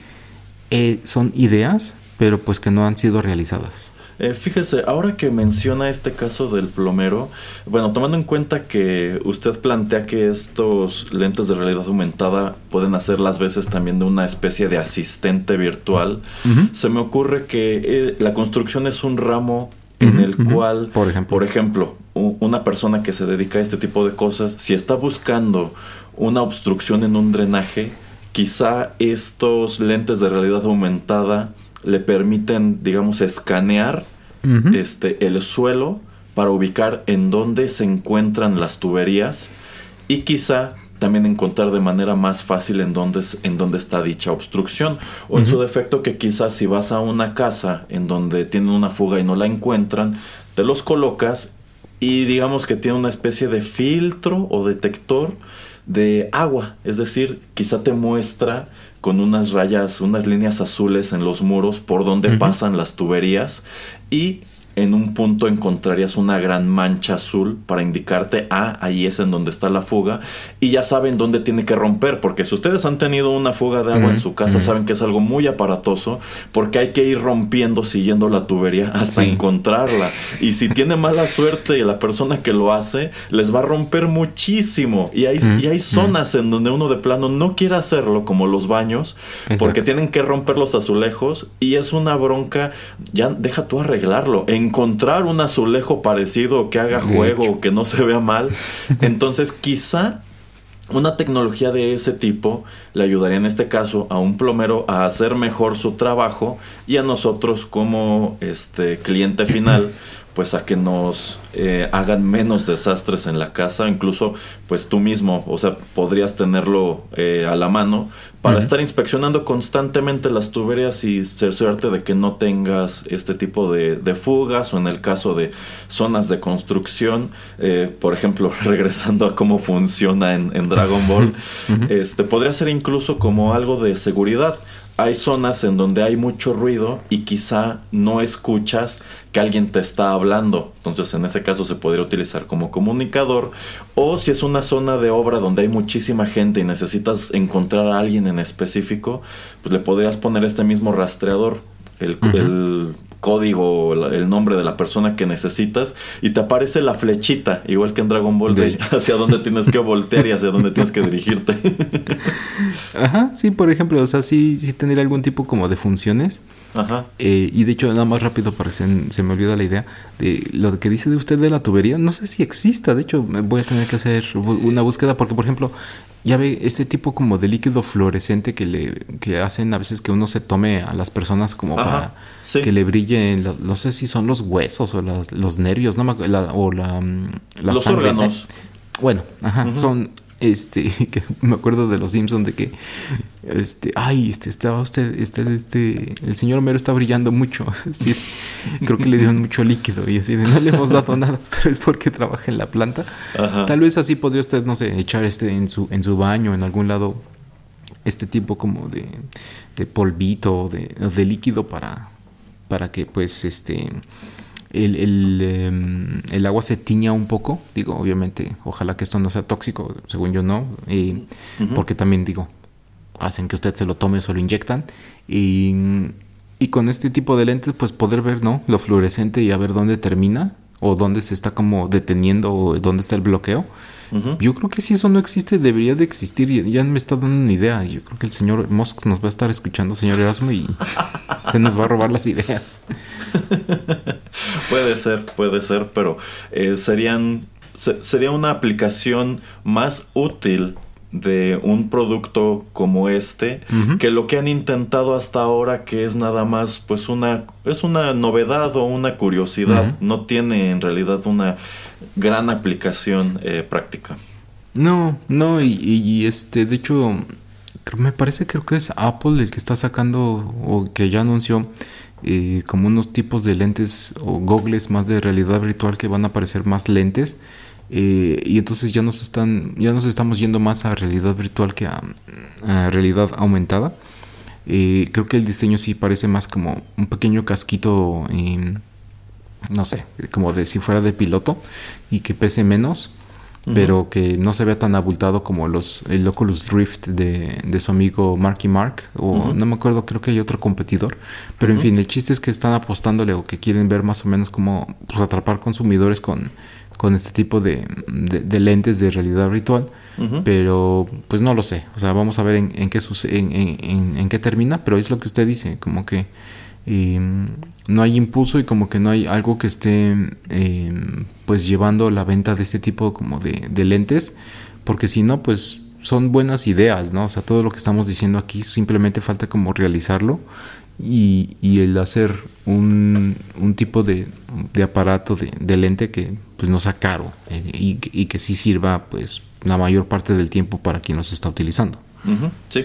eh, son ideas, pero pues que no han sido realizadas. Eh, fíjese, ahora que menciona este caso del plomero, bueno, tomando en cuenta que usted plantea que estos lentes de realidad aumentada pueden hacer las veces también de una especie de asistente virtual, uh-huh. se me ocurre que eh, la construcción es un ramo en uh-huh, el uh-huh. cual, por ejemplo. por ejemplo, u- una persona que se dedica a este tipo de cosas, si está buscando una obstrucción en un drenaje, quizá estos lentes de realidad aumentada le permiten, digamos, escanear uh-huh. este, el suelo para ubicar en dónde se encuentran las tuberías y quizá también encontrar de manera más fácil en dónde, en dónde está dicha obstrucción. O uh-huh. en su defecto que quizás si vas a una casa en donde tienen una fuga y no la encuentran, te los colocas y digamos que tiene una especie de filtro o detector de agua. Es decir, quizá te muestra con unas rayas, unas líneas azules en los muros por donde uh-huh. pasan las tuberías y en un punto encontrarías una gran mancha azul para indicarte, ah, ahí es en donde está la fuga y ya saben dónde tiene que romper, porque si ustedes han tenido una fuga de agua uh-huh. en su casa, uh-huh. saben que es algo muy aparatoso porque hay que ir rompiendo siguiendo la tubería hasta sí. encontrarla, y si tiene mala suerte la persona que lo hace, les va a romper muchísimo y hay, uh-huh. y hay zonas uh-huh. en donde uno de plano no quiere hacerlo, como los baños, Exacto. porque tienen que romper los azulejos y es una bronca, ya deja tú arreglarlo, encontrar un azulejo parecido que haga juego o que no se vea mal. Entonces quizá una tecnología de ese tipo le ayudaría en este caso a un plomero a hacer mejor su trabajo y a nosotros como este cliente final pues a que nos eh, hagan menos desastres en la casa. Incluso pues tú mismo, o sea, podrías tenerlo eh, a la mano para uh-huh. estar inspeccionando constantemente las tuberías y cerciorarte de que no tengas este tipo de, de fugas, o en el caso de zonas de construcción, eh, por ejemplo, regresando a cómo funciona en, en Dragon Ball, uh-huh. este podría ser incluso como algo de seguridad. hay zonas en donde hay mucho ruido y quizá no escuchas que alguien te está hablando. Entonces en ese caso se podría utilizar como comunicador. O si es una zona de obra donde hay muchísima gente y necesitas encontrar a alguien en específico, pues le podrías poner este mismo rastreador, el, uh-huh. el código, el nombre de la persona que necesitas, y te aparece la flechita, igual que en Dragon Ball, de hacia dónde tienes que voltear y hacia dónde tienes que dirigirte. Ajá, sí, por ejemplo, o sea, sí, sí tendría algún tipo como de funciones. Ajá. Eh, y de hecho, nada más rápido, para que se, se me olvida la idea de lo que dice de usted de la tubería. No sé si exista, de hecho voy a tener que hacer una búsqueda, porque por ejemplo, ya ve este tipo como de líquido fluorescente que le que hacen a veces que uno se tome a las personas como Ajá, para sí. que le brillen, lo, no sé si son los huesos o las, los nervios, no me, la, o la, la los sangre, órganos. ¿eh? Bueno, ajá, uh-huh. son este que me acuerdo de los Simpsons de que este ay este estaba usted este este el señor Homero está brillando mucho. Sí, creo que le dieron mucho líquido y así de no le hemos dado nada, pero es porque trabaja en la planta. Ajá. Tal vez así podría usted, no sé, echar este en su en su baño, en algún lado, este tipo como de, de polvito de, de líquido para para que pues este El, el, um, el agua se tiña un poco. Digo, obviamente, ojalá que esto no sea tóxico, según yo no, y, uh-huh. porque también, digo, hacen que usted se lo tome o se lo inyectan, y, y con este tipo de lentes pues poder ver, ¿no?, lo fluorescente y a ver dónde termina o dónde se está como deteniendo o dónde está el bloqueo. Uh-huh. Yo creo que si eso no existe, debería de existir, y ya me está dando una idea. Yo creo que el señor Musk nos va a estar escuchando, señor Erasmo, y se nos va a robar las ideas. Puede ser, puede ser, pero eh, serían se, sería una aplicación más útil de un producto como este, uh-huh. que lo que han intentado hasta ahora, que es nada más pues una es una novedad o una curiosidad. Uh-huh. No tiene en realidad una gran aplicación eh, práctica. No, no, y, y, y este, de hecho, me parece creo que es Apple el que está sacando o que ya anunció eh, como unos tipos de lentes o gogles más de realidad virtual que van a parecer más lentes. Eh, y entonces ya nos están ya nos estamos yendo más a realidad virtual que a, a realidad aumentada. Eh, creo que el diseño sí parece más como un pequeño casquito, eh, no sé, como de si fuera de piloto y que pese menos, uh-huh. pero que no se vea tan abultado como los el Oculus Rift de, de su amigo Marky Mark, o uh-huh. no me acuerdo, creo que hay otro competidor, pero uh-huh. en fin, el chiste es que están apostándole o que quieren ver más o menos cómo pues, atrapar consumidores con con este tipo de, de, de lentes de realidad virtual, uh-huh. pero pues no lo sé, o sea, vamos a ver en, en qué suce- en, en, en, en qué termina, pero es lo que usted dice, como que eh, no hay impulso y como que no hay algo que esté eh, pues llevando la venta de este tipo como de, de lentes, porque si no, pues son buenas ideas, ¿no? O sea, todo lo que estamos diciendo aquí simplemente falta como realizarlo. Y, y el hacer un, un tipo de, de aparato de, de lente que pues no sea caro eh, y, y que sí sirva pues la mayor parte del tiempo para quien los está utilizando. Uh-huh, sí.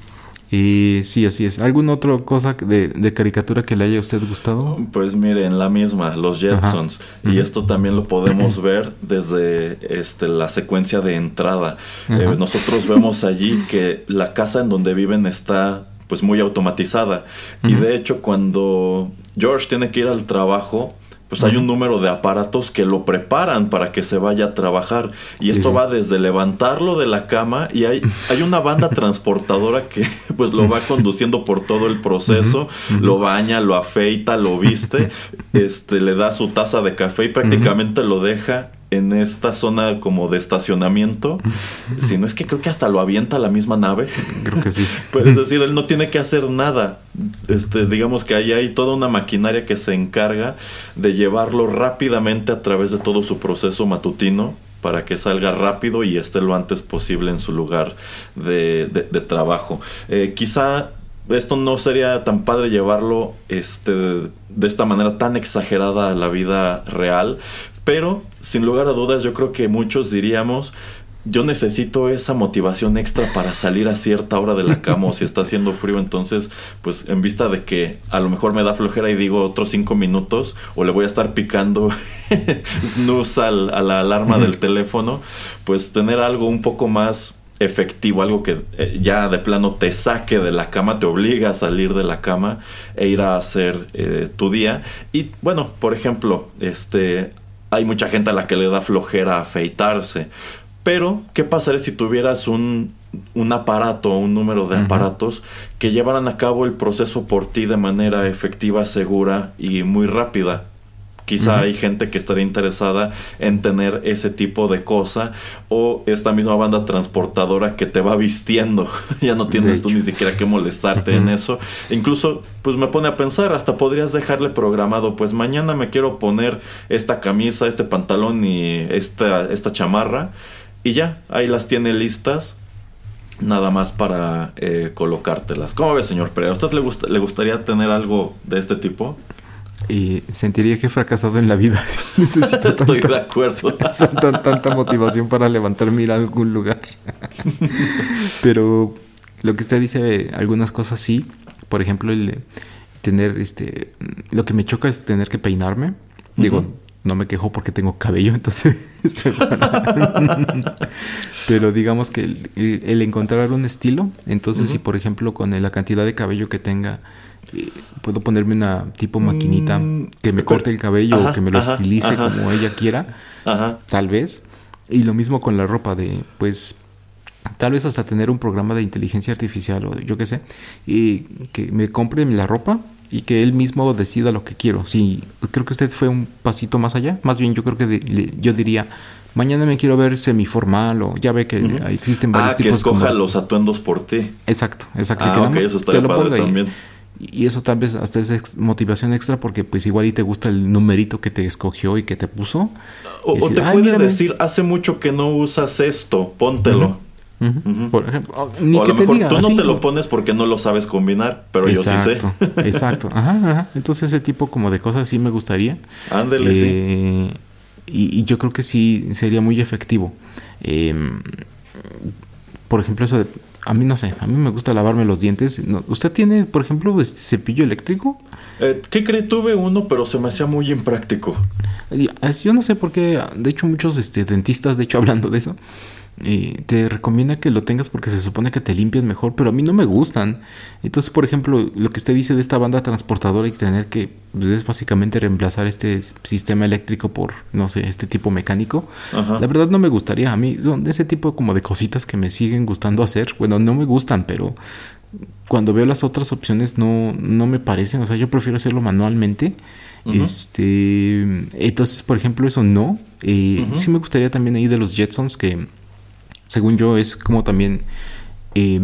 Y sí, así es. ¿Alguna otra cosa de, de caricatura que le haya a usted gustado? Pues miren, la misma, los Jetsons. Ajá. Y uh-huh. esto también lo podemos ver desde este, la secuencia de entrada. Eh, nosotros vemos allí que la casa en donde viven está pues muy automatizada. Uh-huh. Y de hecho, cuando George tiene que ir al trabajo, pues uh-huh. hay un número de aparatos que lo preparan para que se vaya a trabajar. Y esto sí, sí. va desde levantarlo de la cama, y hay, hay una banda transportadora que pues lo va conduciendo por todo el proceso, uh-huh. Uh-huh. lo baña, lo afeita, lo viste, este, le da su taza de café y prácticamente uh-huh. lo deja en esta zona como de estacionamiento. Si no es que creo que hasta lo avienta a la misma nave. Creo que sí. Pues es decir, él no tiene que hacer nada. Este, digamos que ahí hay toda una maquinaria que se encarga de llevarlo rápidamente a través de todo su proceso matutino para que salga rápido y esté lo antes posible en su lugar de, de, de trabajo. Eh, quizá esto no sería tan padre llevarlo este, de esta manera tan exagerada a la vida real, pero sin lugar a dudas yo creo que muchos diríamos: yo necesito esa motivación extra para salir a cierta hora de la cama o si está haciendo frío. Entonces, pues en vista de que a lo mejor me da flojera y digo otros cinco minutos, o le voy a estar picando snooze al, a la alarma del teléfono, pues tener algo un poco más efectivo, algo que eh, ya de plano te saque de la cama, te obliga a salir de la cama e ir a hacer eh, tu día. Y bueno, por ejemplo, este, hay mucha gente a la que le da flojera afeitarse, pero ¿qué pasaría si tuvieras un, un aparato, un número de uh-huh. aparatos que llevaran a cabo el proceso por ti de manera efectiva, segura y muy rápida? Quizá uh-huh. hay gente que estaría interesada en tener ese tipo de cosa, o esta misma banda transportadora que te va vistiendo. Ya no tienes tú ni siquiera que molestarte uh-huh. en eso. Incluso, pues me pone a pensar, hasta podrías dejarle programado, pues mañana me quiero poner esta camisa, este pantalón y esta, esta chamarra, y ya, ahí las tiene listas, nada más para eh, colocártelas. ¿Cómo ve, señor Pereira? ¿A usted le, gusta, le gustaría tener algo de este tipo? Y sentiría que he fracasado en la vida. Necesito Estoy tanta, de acuerdo. tanta, tanta motivación para levantarme y ir a algún lugar. Pero lo que usted dice, algunas cosas sí. Por ejemplo, el de tener, este, lo que me choca es tener que peinarme. Uh-huh. Digo, no me quejo porque tengo cabello, entonces. Pero digamos que el, el, el encontrar un estilo. Entonces, uh-huh. si por ejemplo con la cantidad de cabello que tenga, puedo ponerme una tipo maquinita mm, que me corte el cabello ajá, o que me lo ajá, estilice ajá. como ella quiera, ajá. tal vez. Y lo mismo con la ropa, de pues tal vez hasta tener un programa de inteligencia artificial o yo qué sé, y que me compre la ropa y que él mismo decida lo que quiero. Sí, creo que usted fue un pasito más allá. Más bien yo creo que de, le, yo diría, mañana me quiero ver semiformal, o ya ve que uh-huh. existen varios ah, tipos. Ah, que escoja como... los atuendos por ti. Exacto, exacto. Ah, que ok, eso estaría padre también. Y eso tal vez hasta es ex- motivación extra porque pues igual y te gusta el numerito que te escogió y que te puso. O, y o decir, te puede mírame. decir, hace mucho que no usas esto, póntelo. Uh-huh. Uh-huh. Por ejemplo, oh, ni o a que lo te mejor diga, tú no así, te lo o... pones porque no lo sabes combinar, pero exacto, yo sí sé. Exacto, ajá, ajá. Entonces ese tipo como de cosas sí me gustaría. Ándele, eh, sí. Y, y yo creo que sí sería muy efectivo. Eh, por ejemplo, eso de... A mí no sé, a mí me gusta lavarme los dientes. No, ¿usted tiene, por ejemplo, este cepillo eléctrico? Eh, ¿Qué cree? Tuve uno, pero se me hacía muy impráctico. Yo no sé por qué, de hecho muchos este, dentistas, de hecho hablando de eso, eh, te recomienda que lo tengas porque se supone que te limpian mejor, pero a mí no me gustan. Entonces, por ejemplo, lo que usted dice de esta banda transportadora y tener que, pues, es básicamente reemplazar este sistema eléctrico por, no sé, este tipo mecánico. Ajá. La verdad no me gustaría. A mí son ese tipo como de cositas que me siguen gustando hacer. Bueno, no me gustan, pero cuando veo las otras opciones no, no me parecen. O sea, yo prefiero hacerlo manualmente. Uh-huh. Este, entonces, por ejemplo, eso no. Eh, uh-huh. Sí me gustaría también ahí de los Jetsons, que según yo es como también, eh,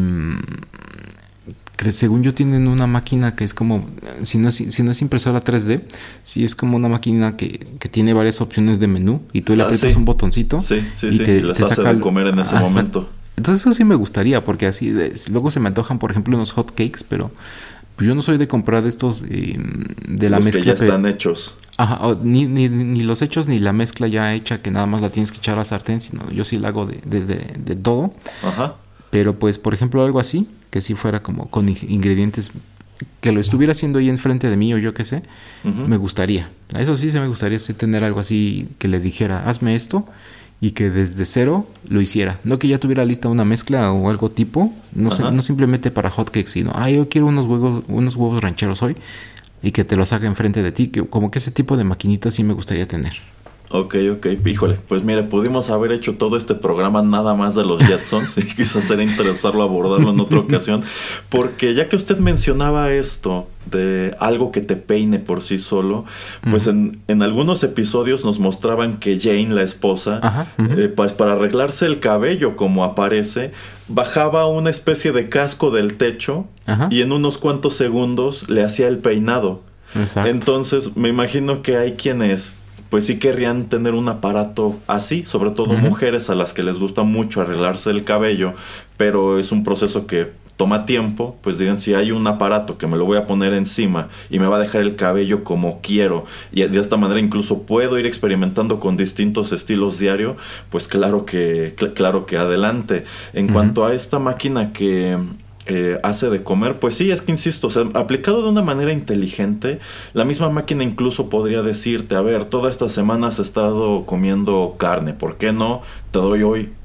que según yo tienen una máquina que es como, si no es, si no es impresora tres D, sí es como una máquina que, que tiene varias opciones de menú y tú le ah, aprietas sí. un botoncito sí, sí, y sí. te, y les te hace saca de comer en ese ah, momento. Entonces eso sí me gustaría, porque así de, luego se me antojan, por ejemplo, unos hot cakes, pero pues yo no soy de comprar de estos eh, de la los mezcla. Que ya están pe- hechos. Ajá, o, ni, ni, ni los hechos ni la mezcla ya hecha que nada más la tienes que echar al sartén, sino yo sí la hago de, desde de todo. Ajá. Pero pues, por ejemplo, algo así, que sí fuera como con ingredientes que lo estuviera haciendo ahí enfrente de mí o yo qué sé, uh-huh. me gustaría. Eso sí se me gustaría sí, tener algo así que le dijera, hazme esto, y que desde cero lo hiciera. No que ya tuviera lista una mezcla o algo tipo, no, sé, no simplemente para hotcakes, sino, ah, yo quiero unos huevos, unos huevos rancheros hoy, y que te los haga enfrente de ti, que como que ese tipo de maquinitas sí me gustaría tener. Ok, ok, híjole, pues mire, pudimos haber hecho todo este programa nada más de los Jetsons y quizás sería interesarlo abordarlo en otra ocasión, porque ya que usted mencionaba esto de algo que te peine por sí solo, pues uh-huh. en, en algunos episodios nos mostraban que Jane, la esposa, uh-huh. Uh-huh. Eh, pues para arreglarse el cabello, como aparece, bajaba una especie de casco del techo uh-huh. y en unos cuantos segundos le hacía el peinado. Exacto. Entonces me imagino que hay quienes pues sí querrían tener un aparato así, sobre todo uh-huh. mujeres a las que les gusta mucho arreglarse el cabello, pero es un proceso que toma tiempo, pues digan, si hay un aparato que me lo voy a poner encima y me va a dejar el cabello como quiero, y de esta manera incluso puedo ir experimentando con distintos estilos diario, pues claro que, cl- claro que adelante. En uh-huh. cuanto a esta máquina que Eh, hace de comer, pues sí, es que insisto, o sea, aplicado de una manera inteligente, la misma máquina incluso podría decirte, a ver, toda esta semana has estado comiendo carne, ¿por qué no te doy hoy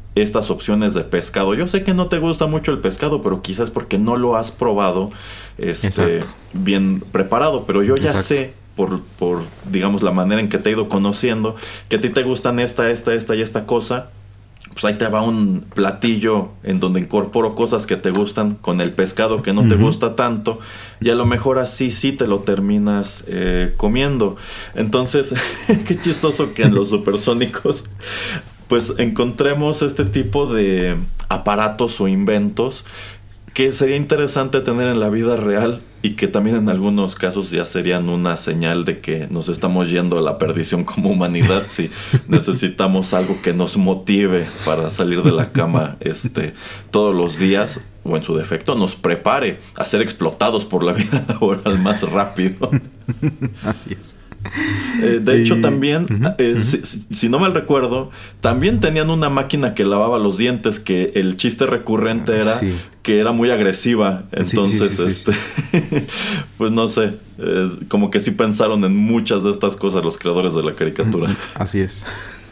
estas opciones de pescado. Yo sé que no te gusta mucho el pescado, pero quizás porque no lo has probado este, bien preparado. Pero yo ya Exacto. sé, por, por, digamos, la manera en que te he ido conociendo, que a ti te gustan esta, esta, esta y esta cosa. Pues ahí te va un platillo en donde incorporo cosas que te gustan con el pescado que no uh-huh. te gusta tanto, y a lo mejor así sí te lo terminas eh, comiendo. Entonces, qué chistoso que en los supersónicos pues encontremos este tipo de aparatos o inventos que sería interesante tener en la vida real, y que también en algunos casos ya serían una señal de que nos estamos yendo a la perdición como humanidad si necesitamos algo que nos motive para salir de la cama este, todos los días, o en su defecto nos prepare a ser explotados por la vida laboral más rápido. Así es. Eh, de hecho, también, uh-huh, eh, uh-huh. Si, si no mal recuerdo, también tenían una máquina que lavaba los dientes, que el chiste recurrente era sí. que era muy agresiva. Entonces, sí, sí, sí, este sí. pues no sé, eh, como que sí pensaron en muchas de estas cosas los creadores de la caricatura. Así es.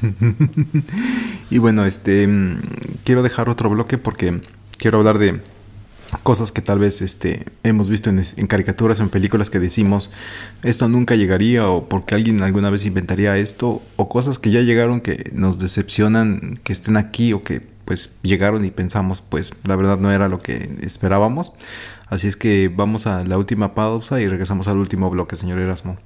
Y bueno, este quiero dejar otro bloque porque quiero hablar de cosas que tal vez este hemos visto en, en caricaturas o en películas que decimos esto nunca llegaría, o porque alguien alguna vez inventaría esto, o cosas que ya llegaron que nos decepcionan que estén aquí, o que pues llegaron y pensamos pues la verdad no era lo que esperábamos. Así es que vamos a la última pausa y regresamos al último bloque, señor Erasmo.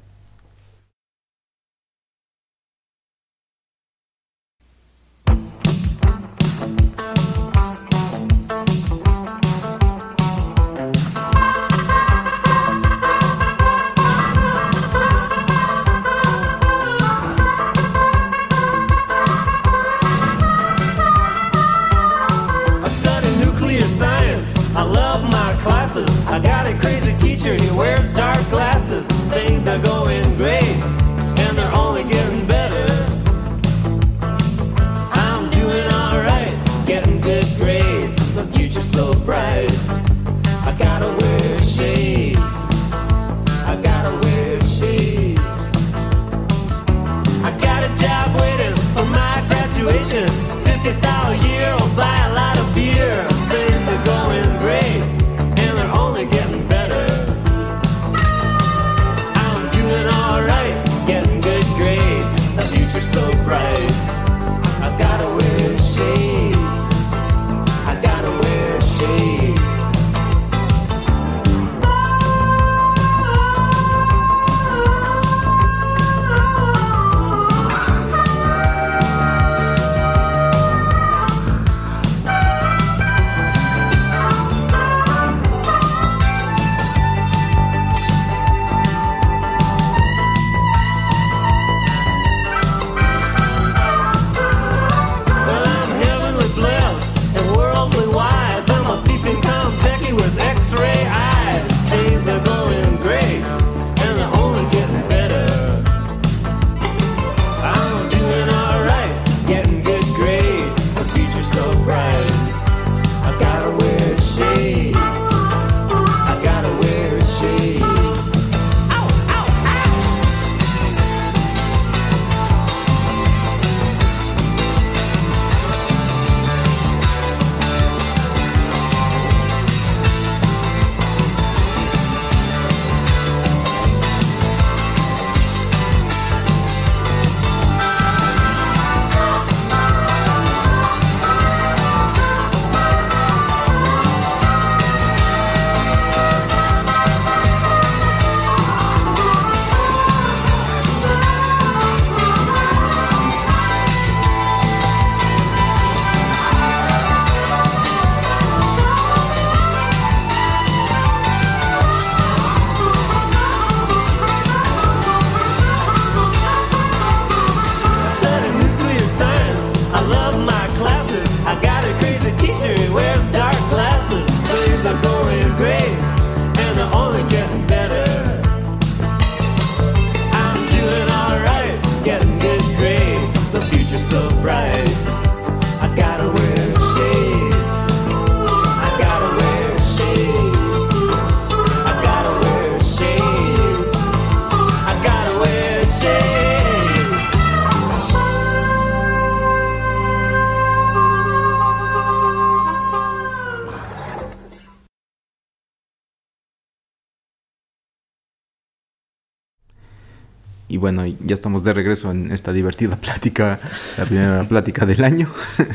y bueno, ya estamos de regreso en esta divertida plática, la primera plática del año.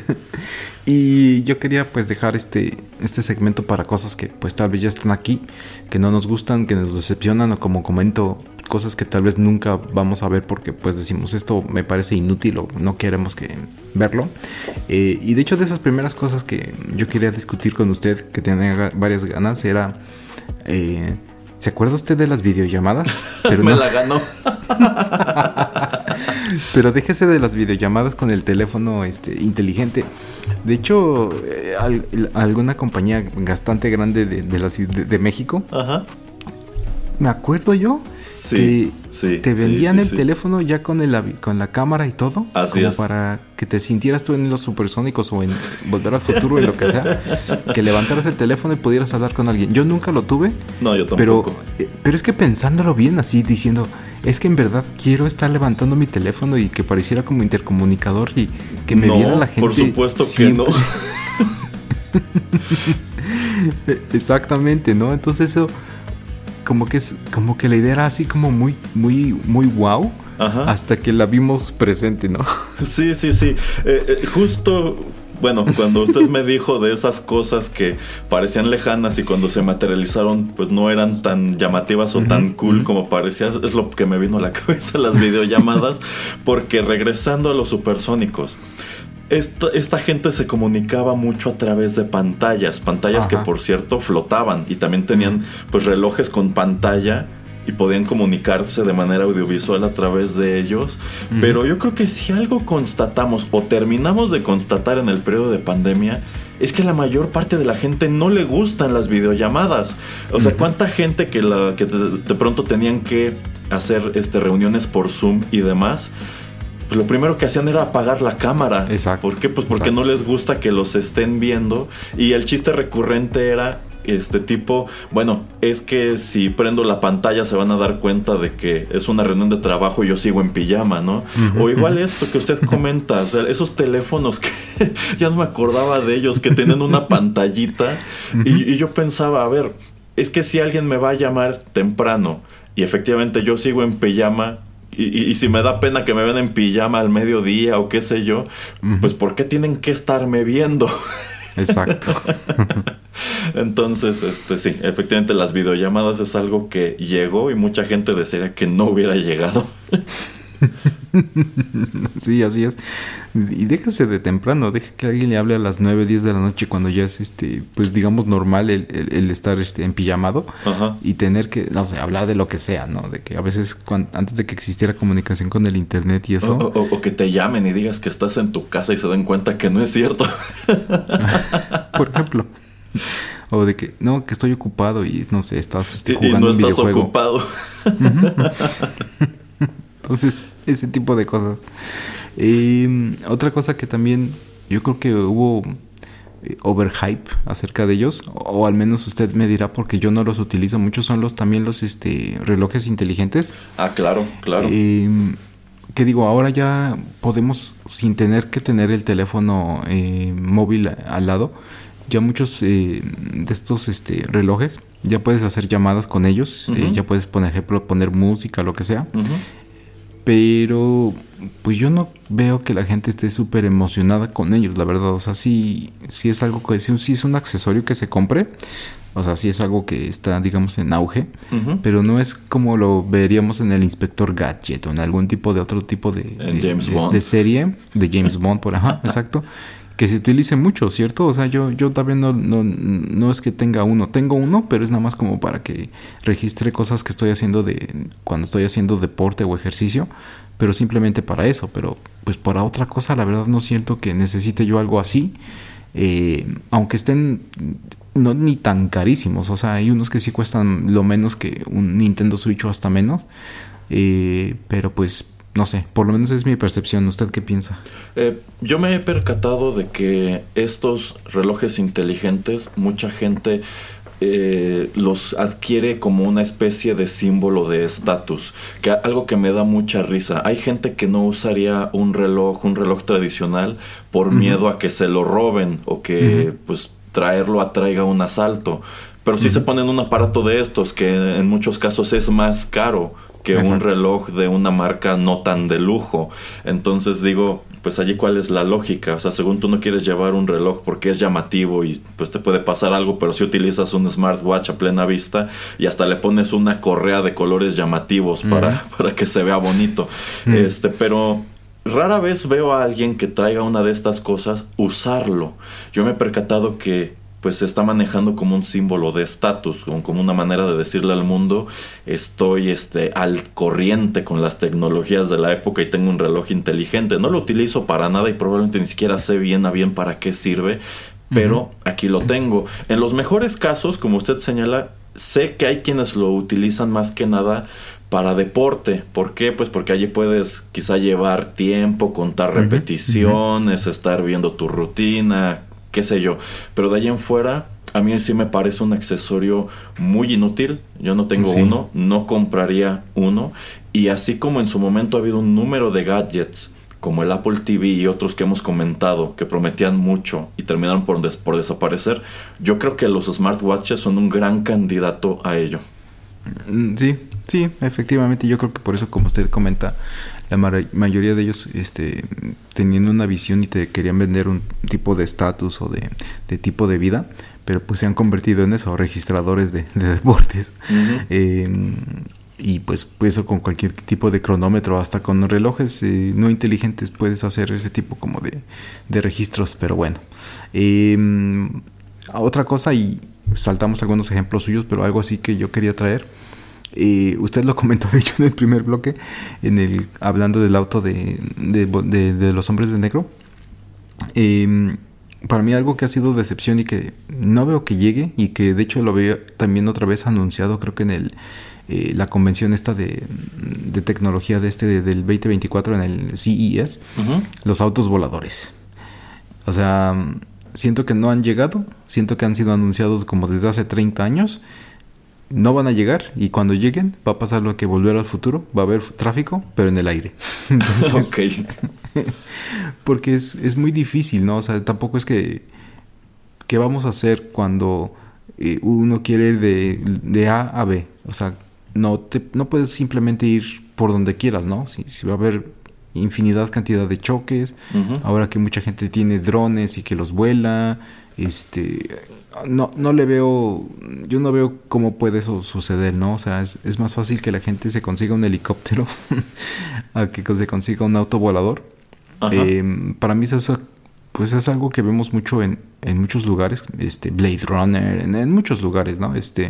Y yo quería pues dejar este, este segmento para cosas que pues tal vez ya están aquí, que no nos gustan, que nos decepcionan, o como comento, cosas que tal vez nunca vamos a ver porque pues decimos esto me parece inútil o no queremos que verlo. Eh, y de hecho de esas primeras cosas que yo quería discutir con usted, que tenía varias ganas, era... Eh, ¿se acuerda usted de las videollamadas? Pero me no. la ganó. Pero déjese de las videollamadas con el teléfono este, inteligente. De hecho, eh, al, alguna compañía bastante grande de, de, la, de, de México, ajá, me acuerdo yo, sí, que sí, te vendían sí, el sí, teléfono ya con, el, con la cámara y todo. Así como es. Para que te sintieras tú en Los Supersónicos o en Volver al Futuro, en lo que sea. Que levantaras el teléfono y pudieras hablar con alguien. Yo nunca lo tuve. No, yo tampoco. Pero, eh, pero es que pensándolo bien así, diciendo... Es que en verdad quiero estar levantando mi teléfono y que pareciera como intercomunicador y que me no, viera la gente. Por supuesto siempre. que no. Exactamente, ¿no? Entonces eso como que es como que la idea era así como muy muy muy wow. Ajá. Hasta que la vimos presente, ¿no? Sí, sí, sí. Eh, eh, justo. Bueno, cuando usted me dijo de esas cosas que parecían lejanas y cuando se materializaron pues no eran tan llamativas o uh-huh, tan cool uh-huh. como parecía, es lo que me vino a la cabeza, las videollamadas. Porque regresando a los supersónicos, esta, esta gente se comunicaba mucho a través de pantallas, pantallas Ajá. que por cierto flotaban y también tenían pues relojes con pantalla y podían comunicarse de manera audiovisual a través de ellos. Uh-huh. Pero yo creo que si algo constatamos o terminamos de constatar en el periodo de pandemia es que la mayor parte de la gente no le gustan las videollamadas. O sea, uh-huh. ¿cuánta gente que, la, que de, de pronto tenían que hacer este, reuniones por Zoom y demás? Pues lo primero que hacían era apagar la cámara. Exacto. ¿Por qué? Pues porque Exacto. no les gusta que los estén viendo. Y el chiste recurrente era... Este tipo, bueno, es que si prendo la pantalla se van a dar cuenta de que es una reunión de trabajo y yo sigo en pijama, ¿no? Uh-huh. O igual esto que usted comenta, o sea, esos teléfonos que ya no me acordaba de ellos, que tienen una pantallita. Uh-huh. y, y yo pensaba, a ver, es que si alguien me va a llamar temprano y efectivamente yo sigo en pijama, y, y, y si me da pena que me vean en pijama al mediodía o qué sé yo, uh-huh. pues ¿por qué tienen que estarme viendo? Exacto. Entonces, este sí, efectivamente las videollamadas es algo que llegó y mucha gente desearía que no hubiera llegado. Sí, así es. Y déjese de temprano, deje que alguien le hable a las nueve, diez de la noche cuando ya es, este, pues digamos normal el, el, el estar este, en pijamado. Ajá. Y tener que, no sé, hablar de lo que sea, ¿no? De que a veces cuando, antes de que existiera comunicación con el internet y eso. O, o, o que te llamen y digas que estás en tu casa y se den cuenta que no es cierto. Por ejemplo. O de que, no, que estoy ocupado y no sé, estás este, y, jugando y no un estás videojuego. ocupado. Uh-huh. Entonces, ese tipo de cosas. Eh, otra cosa que también yo creo que hubo eh, overhype acerca de ellos, o, o al menos usted me dirá porque yo no los utilizo mucho, son los también los este relojes inteligentes. Ah, claro, claro. Eh, que digo, ahora ya podemos, sin tener que tener el teléfono eh, móvil al lado, ya muchos eh, de estos este, relojes, ya puedes hacer llamadas con ellos, uh-huh. eh, ya puedes, por ejemplo, poner música, lo que sea. Uh-huh. Pero pues yo no veo que la gente esté súper emocionada con ellos, la verdad. O sea, sí, sí es algo que sí, sí es un accesorio que se compre. O sea, sí es algo que está, digamos, en auge. Uh-huh. Pero no es como lo veríamos en el Inspector Gadget o en algún tipo de otro tipo de, de, James de, Bond. de serie. De James Bond, por ajá, exacto. Que se utilice mucho, ¿cierto? O sea, yo, yo también no, no, no es que tenga uno. Tengo uno, pero es nada más como para que registre cosas que estoy haciendo de cuando estoy haciendo deporte o ejercicio. Pero simplemente para eso. Pero pues para otra cosa, la verdad no siento que necesite yo algo así. Eh, aunque estén no ni tan carísimos. O sea, hay unos que sí cuestan lo menos que un Nintendo Switch o hasta menos. Eh, pero pues... No sé, por lo menos es mi percepción. ¿Usted qué piensa? Eh, yo me he percatado de que estos relojes inteligentes, mucha gente eh, los adquiere como una especie de símbolo de estatus. Que algo que me da mucha risa. Hay gente que no usaría un reloj, un reloj tradicional, por uh-huh. miedo a que se lo roben o que uh-huh. pues traerlo atraiga un asalto. Pero sí uh-huh. se ponen un aparato de estos que en muchos casos es más caro que Exacto. un reloj de una marca no tan de lujo. Entonces digo, pues allí cuál es la lógica. O sea, según tú no quieres llevar un reloj porque es llamativo y pues te puede pasar algo, pero si utilizas un smartwatch a plena vista y hasta le pones una correa de colores llamativos mm. para, para que se vea bonito. Mm. Este, pero rara vez veo a alguien que traiga una de estas cosas usarlo. Yo me he percatado que pues se está manejando como un símbolo de estatus, como, como una manera de decirle al mundo, estoy este, al corriente con las tecnologías de la época y tengo un reloj inteligente. No lo utilizo para nada y probablemente ni siquiera sé bien a bien para qué sirve, pero uh-huh. aquí lo tengo. En los mejores casos, como usted señala, sé que hay quienes lo utilizan más que nada para deporte. ¿Por qué? Pues porque allí puedes quizá llevar tiempo, contar uh-huh. repeticiones, uh-huh. estar viendo tu rutina, qué sé yo, pero de allí en fuera a mí sí me parece un accesorio muy inútil. Yo no tengo sí. uno, no compraría uno, y así como en su momento ha habido un número de gadgets como el Apple T V y otros que hemos comentado que prometían mucho y terminaron por, des- por desaparecer, yo creo que los smartwatches son un gran candidato a ello. Sí, sí, efectivamente, yo creo que por eso, como usted comenta, la mar- mayoría de ellos este, teniendo una visión y te querían vender un tipo de estatus o de, de tipo de vida, pero pues se han convertido en eso, registradores de, de deportes. Uh-huh. Eh, y pues, pues eso con cualquier tipo de cronómetro, hasta con relojes eh, no inteligentes puedes hacer ese tipo como de, de registros, pero bueno. Eh, otra cosa, y saltamos algunos ejemplos suyos, pero algo así que yo quería traer. Eh, usted lo comentó de hecho en el primer bloque, en el hablando del auto de, de, de, de los hombres de negro. Eh, para mí algo que ha sido decepción y que no veo que llegue, y que de hecho lo veo también otra vez anunciado, creo que en el eh, la convención esta de, de tecnología de este de, del veinte veinticuatro en el C E S, uh-huh. los autos voladores. O sea, siento que no han llegado, siento que han sido anunciados como desde hace treinta años. No van a llegar, y cuando lleguen va a pasar lo que Volver al Futuro, va a haber tráfico, pero en el aire. Entonces, okay. Porque es, es muy difícil, ¿no? O sea, tampoco es que ¿qué vamos a hacer cuando eh, uno quiere ir de, de A a B? O sea, no te, no puedes simplemente ir por donde quieras, ¿no? Si, si va a haber infinidad cantidad de choques, uh-huh. ahora que mucha gente tiene drones y que los vuela, este... No, no le veo, yo no veo cómo puede eso suceder, ¿no? O sea, es, es más fácil que la gente se consiga un helicóptero a que se consiga un auto volador. Eh, para mí eso, pues es algo que vemos mucho en, en muchos lugares, este Blade Runner, en, en muchos lugares, ¿no? Este,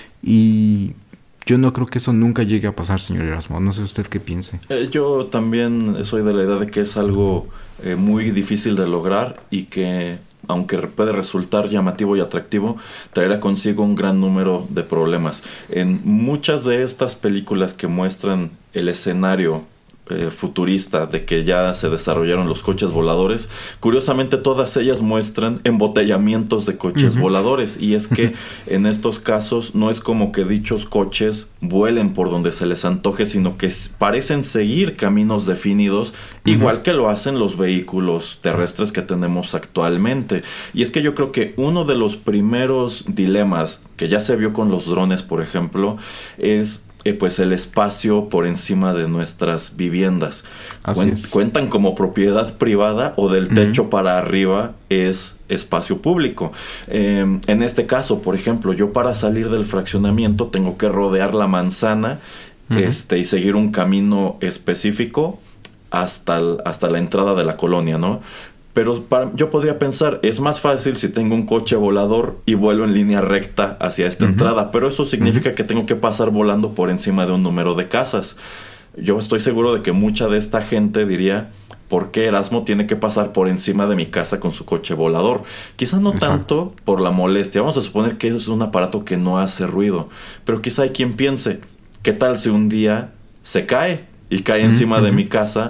y yo no creo que eso nunca llegue a pasar, señor Erasmo. No sé usted qué piense. Eh, yo también soy de la idea de que es algo eh, muy difícil de lograr, y que aunque puede resultar llamativo y atractivo, traerá consigo un gran número de problemas. En muchas de estas películas que muestran el escenario eh, futurista de que ya se desarrollaron los coches voladores, curiosamente todas ellas muestran embotellamientos de coches uh-huh. voladores, y es que en estos casos no es como que dichos coches vuelen por donde se les antoje, sino que parecen seguir caminos definidos, uh-huh. igual que lo hacen los vehículos terrestres que tenemos actualmente. Y es que yo creo que uno de los primeros dilemas que ya se vio con los drones, por ejemplo, es Eh, pues el espacio por encima de nuestras viviendas. Cuen- cuentan como propiedad privada, o del techo uh-huh. para arriba es espacio público. Eh, en este caso, por ejemplo, yo para salir del fraccionamiento tengo que rodear la manzana uh-huh. este, y seguir un camino específico hasta, el, hasta la entrada de la colonia, ¿no? Pero para, yo podría pensar, es más fácil si tengo un coche volador y vuelo en línea recta hacia esta uh-huh. entrada, pero eso significa uh-huh. que tengo que pasar volando por encima de un número de casas. Yo estoy seguro de que mucha de esta gente diría, ¿por qué Erasmo tiene que pasar por encima de mi casa con su coche volador? Quizá no Exacto. tanto por la molestia, vamos a suponer que es un aparato que no hace ruido, pero quizá hay quien piense, ¿qué tal si un día se cae y cae uh-huh. encima uh-huh. de mi casa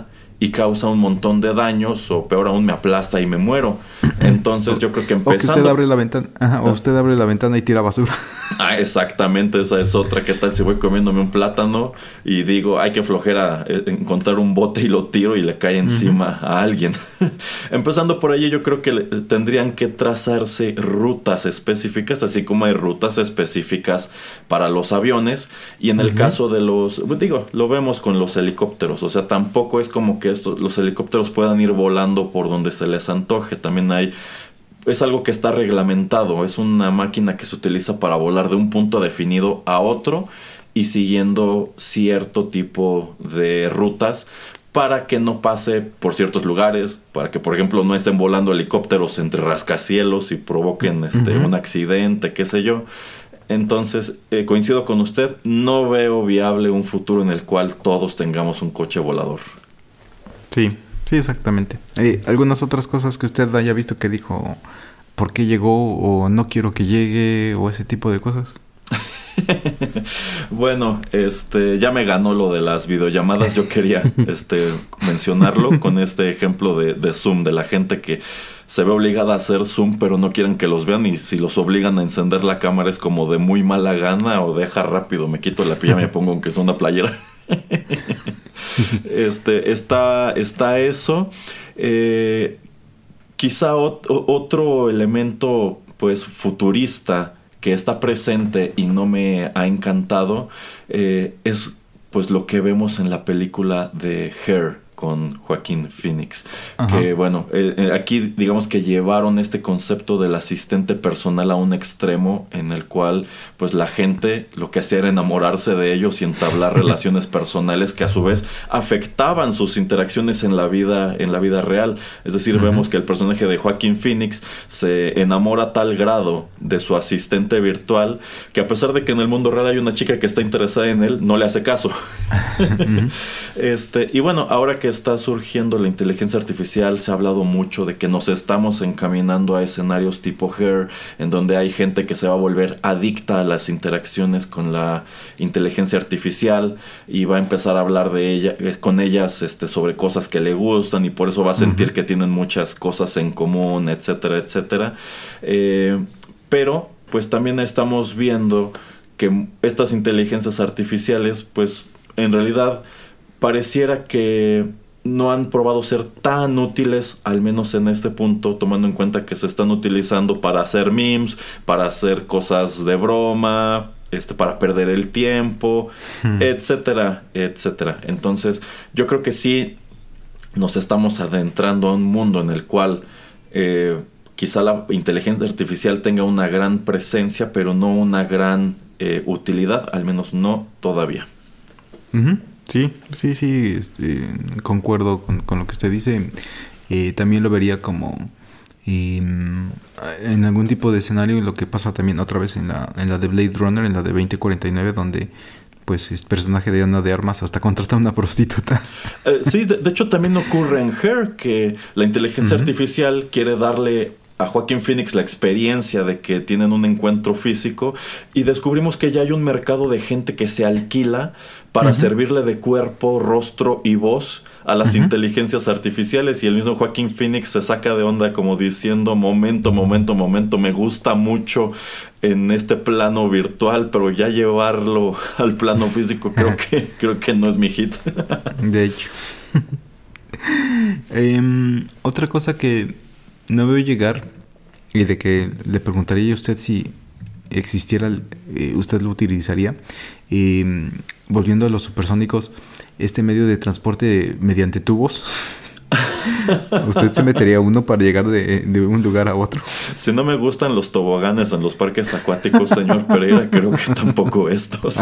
y causa un montón de daños, o peor aún, me aplasta y me muero. Entonces yo creo que empezando... O que usted abre la ventana, ajá, o usted abre la ventana y tira basura. Ah, exactamente, esa es otra. ¿Qué tal si voy comiéndome un plátano y digo, ay, qué flojera encontrar un bote y lo tiro y le cae encima uh-huh. a alguien? Empezando por allí, yo creo que tendrían que trazarse rutas específicas, así como hay rutas específicas para los aviones. Y en el uh-huh. caso de los... Digo, lo vemos con los helicópteros. O sea, tampoco es como que estos, los helicópteros puedan ir volando por donde se les antoje. También hay... Es algo que está reglamentado. Es una máquina que se utiliza para volar de un punto definido a otro y siguiendo cierto tipo de rutas para que no pase por ciertos lugares, para que, por ejemplo, no estén volando helicópteros entre rascacielos y provoquen este, uh-huh. un accidente, qué sé yo. Entonces, eh, coincido con usted, no veo viable un futuro en el cual todos tengamos un coche volador. Sí. Sí, exactamente. Eh, ¿Algunas otras cosas que usted haya visto que dijo por qué llegó o no quiero que llegue o ese tipo de cosas? Bueno, este ya me ganó lo de las videollamadas. Yo quería este mencionarlo con este ejemplo de, de Zoom, de la gente que se ve obligada a hacer Zoom pero no quieren que los vean, y si los obligan a encender la cámara es como de muy mala gana o deja rápido, me quito la pijama y me pongo aunque sea una playera. Este, está, está eso. Eh, quizá ot- otro elemento pues futurista que está presente y no me ha encantado eh, es pues lo que vemos en la película de Her con Joaquín Phoenix. Ajá. Que bueno, eh, aquí digamos que llevaron este concepto del asistente personal a un extremo en el cual pues la gente lo que hacía era enamorarse de ellos y entablar relaciones personales que a su vez afectaban sus interacciones en la vida, en la vida real. Es decir, uh-huh. vemos que el personaje de Joaquín Phoenix se enamora a tal grado de su asistente virtual que a pesar de que en el mundo real hay una chica que está interesada en él, no le hace caso. Uh-huh. Este, y bueno, ahora que está surgiendo la inteligencia artificial, se ha hablado mucho de que nos estamos encaminando a escenarios tipo Her, en donde hay gente que se va a volver adicta a las interacciones con la inteligencia artificial y va a empezar a hablar de ella, con ellas este, sobre cosas que le gustan, y por eso va a sentir uh-huh. que tienen muchas cosas en común, etcétera, etcétera. Eh, pero pues también estamos viendo que estas inteligencias artificiales pues en realidad pareciera que no han probado ser tan útiles, al menos en este punto, tomando en cuenta que se están utilizando para hacer memes, para hacer cosas de broma, este, para perder el tiempo, hmm. etcétera, etcétera. Entonces, yo creo que sí nos estamos adentrando a un mundo en el cual eh, quizá la inteligencia artificial tenga una gran presencia, pero no una gran eh, utilidad, al menos no todavía. Uh-huh. Sí, sí, sí, este, concuerdo con, con lo que usted dice. Eh, también lo vería como eh, en algún tipo de escenario, lo que pasa también otra vez en la, en la de Blade Runner, en la de veinte cuarenta y nueve, donde pues el personaje de Ana de Armas hasta contrata a una prostituta. Eh, sí, de, de hecho también ocurre en Her, que la inteligencia uh-huh. artificial quiere darle a Joaquín Phoenix la experiencia de que tienen un encuentro físico, y descubrimos que ya hay un mercado de gente que se alquila para uh-huh. servirle de cuerpo, rostro y voz a las uh-huh. inteligencias artificiales, y el mismo Joaquín Phoenix se saca de onda como diciendo momento, momento, momento, me gusta mucho en este plano virtual, pero ya llevarlo al plano físico creo que creo que no es mi hit. De hecho. um, otra cosa que no veo llegar, y de que le preguntaría a usted si existiera, eh, usted lo utilizaría, eh, volviendo a los supersónicos, este medio de transporte mediante tubos. ¿Usted se metería uno para llegar de, de un lugar a otro? Si no me gustan los toboganes en los parques acuáticos, señor Pereira, creo que tampoco estos.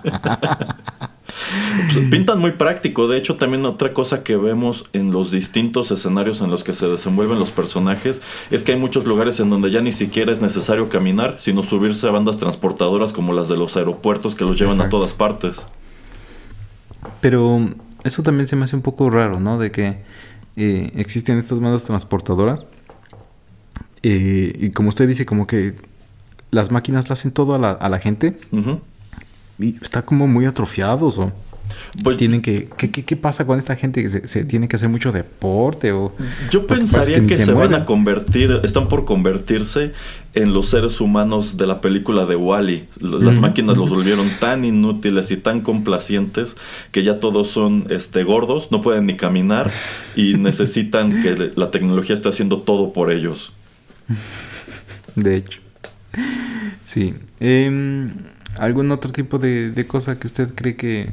Pues pintan muy práctico. De hecho, también otra cosa que vemos en los distintos escenarios en los que se desenvuelven los personajes es que hay muchos lugares en donde ya ni siquiera es necesario caminar, sino subirse a bandas transportadoras como las de los aeropuertos que los llevan Exacto. a todas partes. Pero eso también se me hace un poco raro, ¿no? De que eh, existen estas bandas transportadoras eh, y como usted dice, como que las máquinas le hacen todo a la, a la gente. Uh-huh. Y está como muy atrofiados, ¿o? Pues, ¿Tienen que, ¿qué, qué, ¿Qué pasa con esta gente? ¿Que se, se tiene que hacer mucho deporte? O, yo pensaría que, que se, se van a convertir, están por convertirse en los seres humanos de la película de Wall-E. Las uh-huh. máquinas los volvieron tan inútiles y tan complacientes que ya todos son este, gordos, no pueden ni caminar y necesitan que la tecnología esté haciendo todo por ellos. De hecho. Sí. Eh, ¿Algún otro tipo de, de cosa que usted cree que,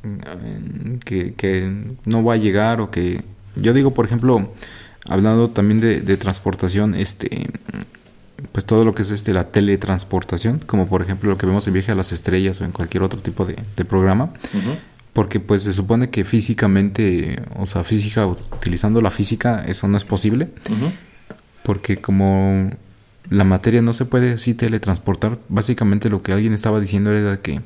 que, que no va a llegar o que... Yo digo, por ejemplo, hablando también de, de transportación, este... pues todo lo que es este la teletransportación, como por ejemplo lo que vemos en Viaje a las Estrellas o en cualquier otro tipo de, de programa, uh-huh. porque pues se supone que físicamente, o sea, física, utilizando la física, eso no es posible, uh-huh. porque como la materia no se puede así teletransportar, básicamente lo que alguien estaba diciendo era que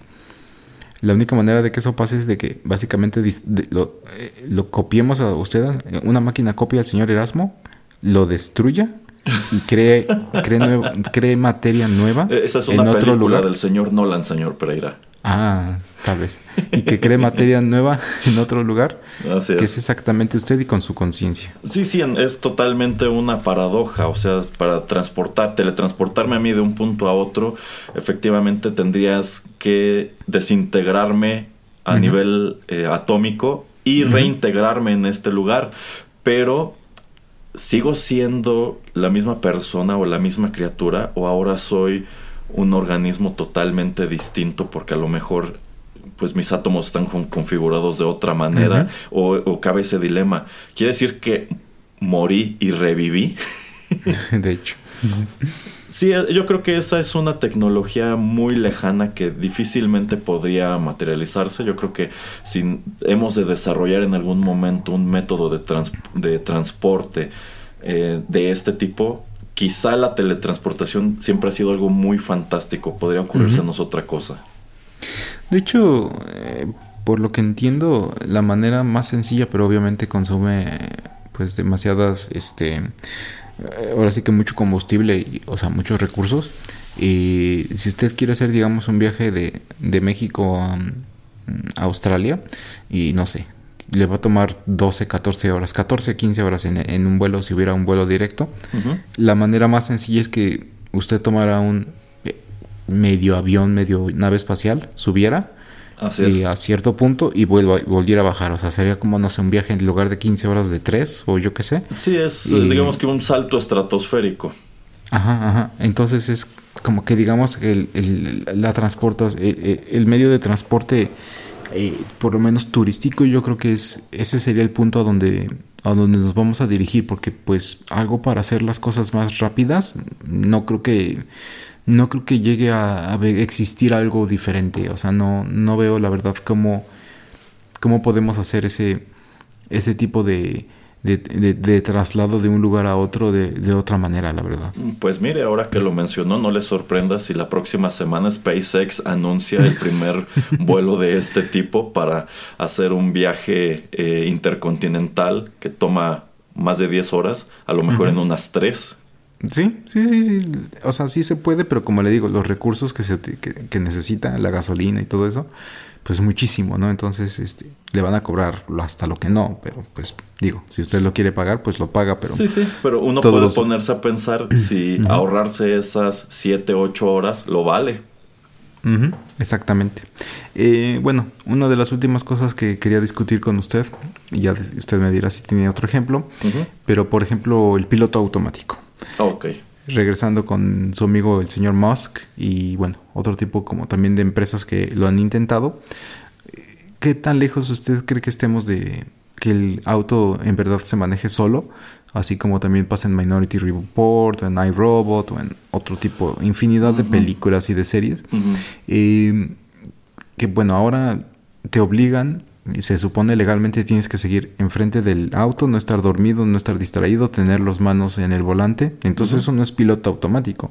la única manera de que eso pase es de que básicamente dis- de, lo, eh, lo copiemos a usted, una máquina copia al señor Erasmo, lo destruya y cree cree, nuevo, cree materia nueva. Esa es una en película otro lugar del señor Nolan, señor Pereira. Ah, tal vez. Y que cree materia nueva en otro lugar. Así es. Que es exactamente usted y con su conciencia. Sí, sí, es totalmente una paradoja. O sea, para transportar, teletransportarme a mí de un punto a otro, efectivamente tendrías que desintegrarme a uh-huh. nivel eh, atómico y uh-huh. reintegrarme en este lugar. Pero ¿sigo siendo la misma persona o la misma criatura? ¿O ahora soy un organismo totalmente distinto porque a lo mejor pues mis átomos están con, configurados de otra manera? Uh-huh. o, o cabe ese dilema. ¿Quiere decir que morí y reviví? De hecho. Sí, yo creo que esa es una tecnología muy lejana que difícilmente podría materializarse. Yo creo que si hemos de desarrollar en algún momento un método de, trans, de transporte eh, de este tipo, quizá la teletransportación siempre ha sido algo muy fantástico. Podría ocurrirnos uh-huh. otra cosa. De hecho, eh, por lo que entiendo, la manera más sencilla, pero obviamente consume pues demasiadas, este, ahora sí que mucho combustible, y, o sea, muchos recursos. Y si usted quiere hacer, digamos, un viaje de, de México a, a Australia, y no sé, le va a tomar doce, catorce horas, catorce, quince horas en, en un vuelo, si hubiera un vuelo directo. Uh-huh. La manera más sencilla es que usted tomara un medio avión, medio nave espacial, subiera eh, a cierto punto y vuelva, volviera a bajar. O sea, sería como, no sé, un viaje en lugar de quince horas de tres, o yo qué sé. Sí, es y, digamos que un salto estratosférico. Ajá, ajá. Entonces es como que digamos el, el, la transportas, el, el medio de transporte eh, por lo menos turístico, yo creo que es ese sería el punto a donde a donde nos vamos a dirigir, porque pues algo para hacer las cosas más rápidas, no creo que no creo que llegue a, a existir algo diferente. O sea, no no veo la verdad cómo cómo podemos hacer ese ese tipo de De, de, de traslado de un lugar a otro de, de otra manera, la verdad. Pues mire, ahora que lo mencionó, no le sorprenda si la próxima semana SpaceX anuncia el primer vuelo de este tipo para hacer un viaje eh, intercontinental que toma más de diez horas, a lo mejor uh-huh. en unas tres. Sí, sí, sí, sí. O sea, sí se puede, pero como le digo, los recursos que se que, que necesita, la gasolina y todo eso, pues muchísimo, ¿no? Entonces, este, le van a cobrar hasta lo que no, pero pues digo, si usted lo quiere pagar, pues lo paga, pero... Sí, sí, pero uno puede los... ponerse a pensar si uh-huh. ahorrarse esas siete, ocho horas lo vale. Uh-huh. Exactamente. Eh, bueno, una de las últimas cosas que quería discutir con usted, y ya usted me dirá si tiene otro ejemplo, uh-huh. pero por ejemplo, el piloto automático. Ok. Regresando con su amigo el señor Musk y bueno, otro tipo como también de empresas que lo han intentado. ¿Qué tan lejos usted cree que estemos de que el auto en verdad se maneje solo? Así como también pasa en Minority Report, o en iRobot, o en otro tipo, infinidad uh-huh. de películas y de series. Uh-huh. Eh, que bueno, ahora te obligan, y se supone legalmente tienes que seguir enfrente del auto, no estar dormido, no estar distraído, tener las manos en el volante. Entonces uh-huh. eso no es piloto automático.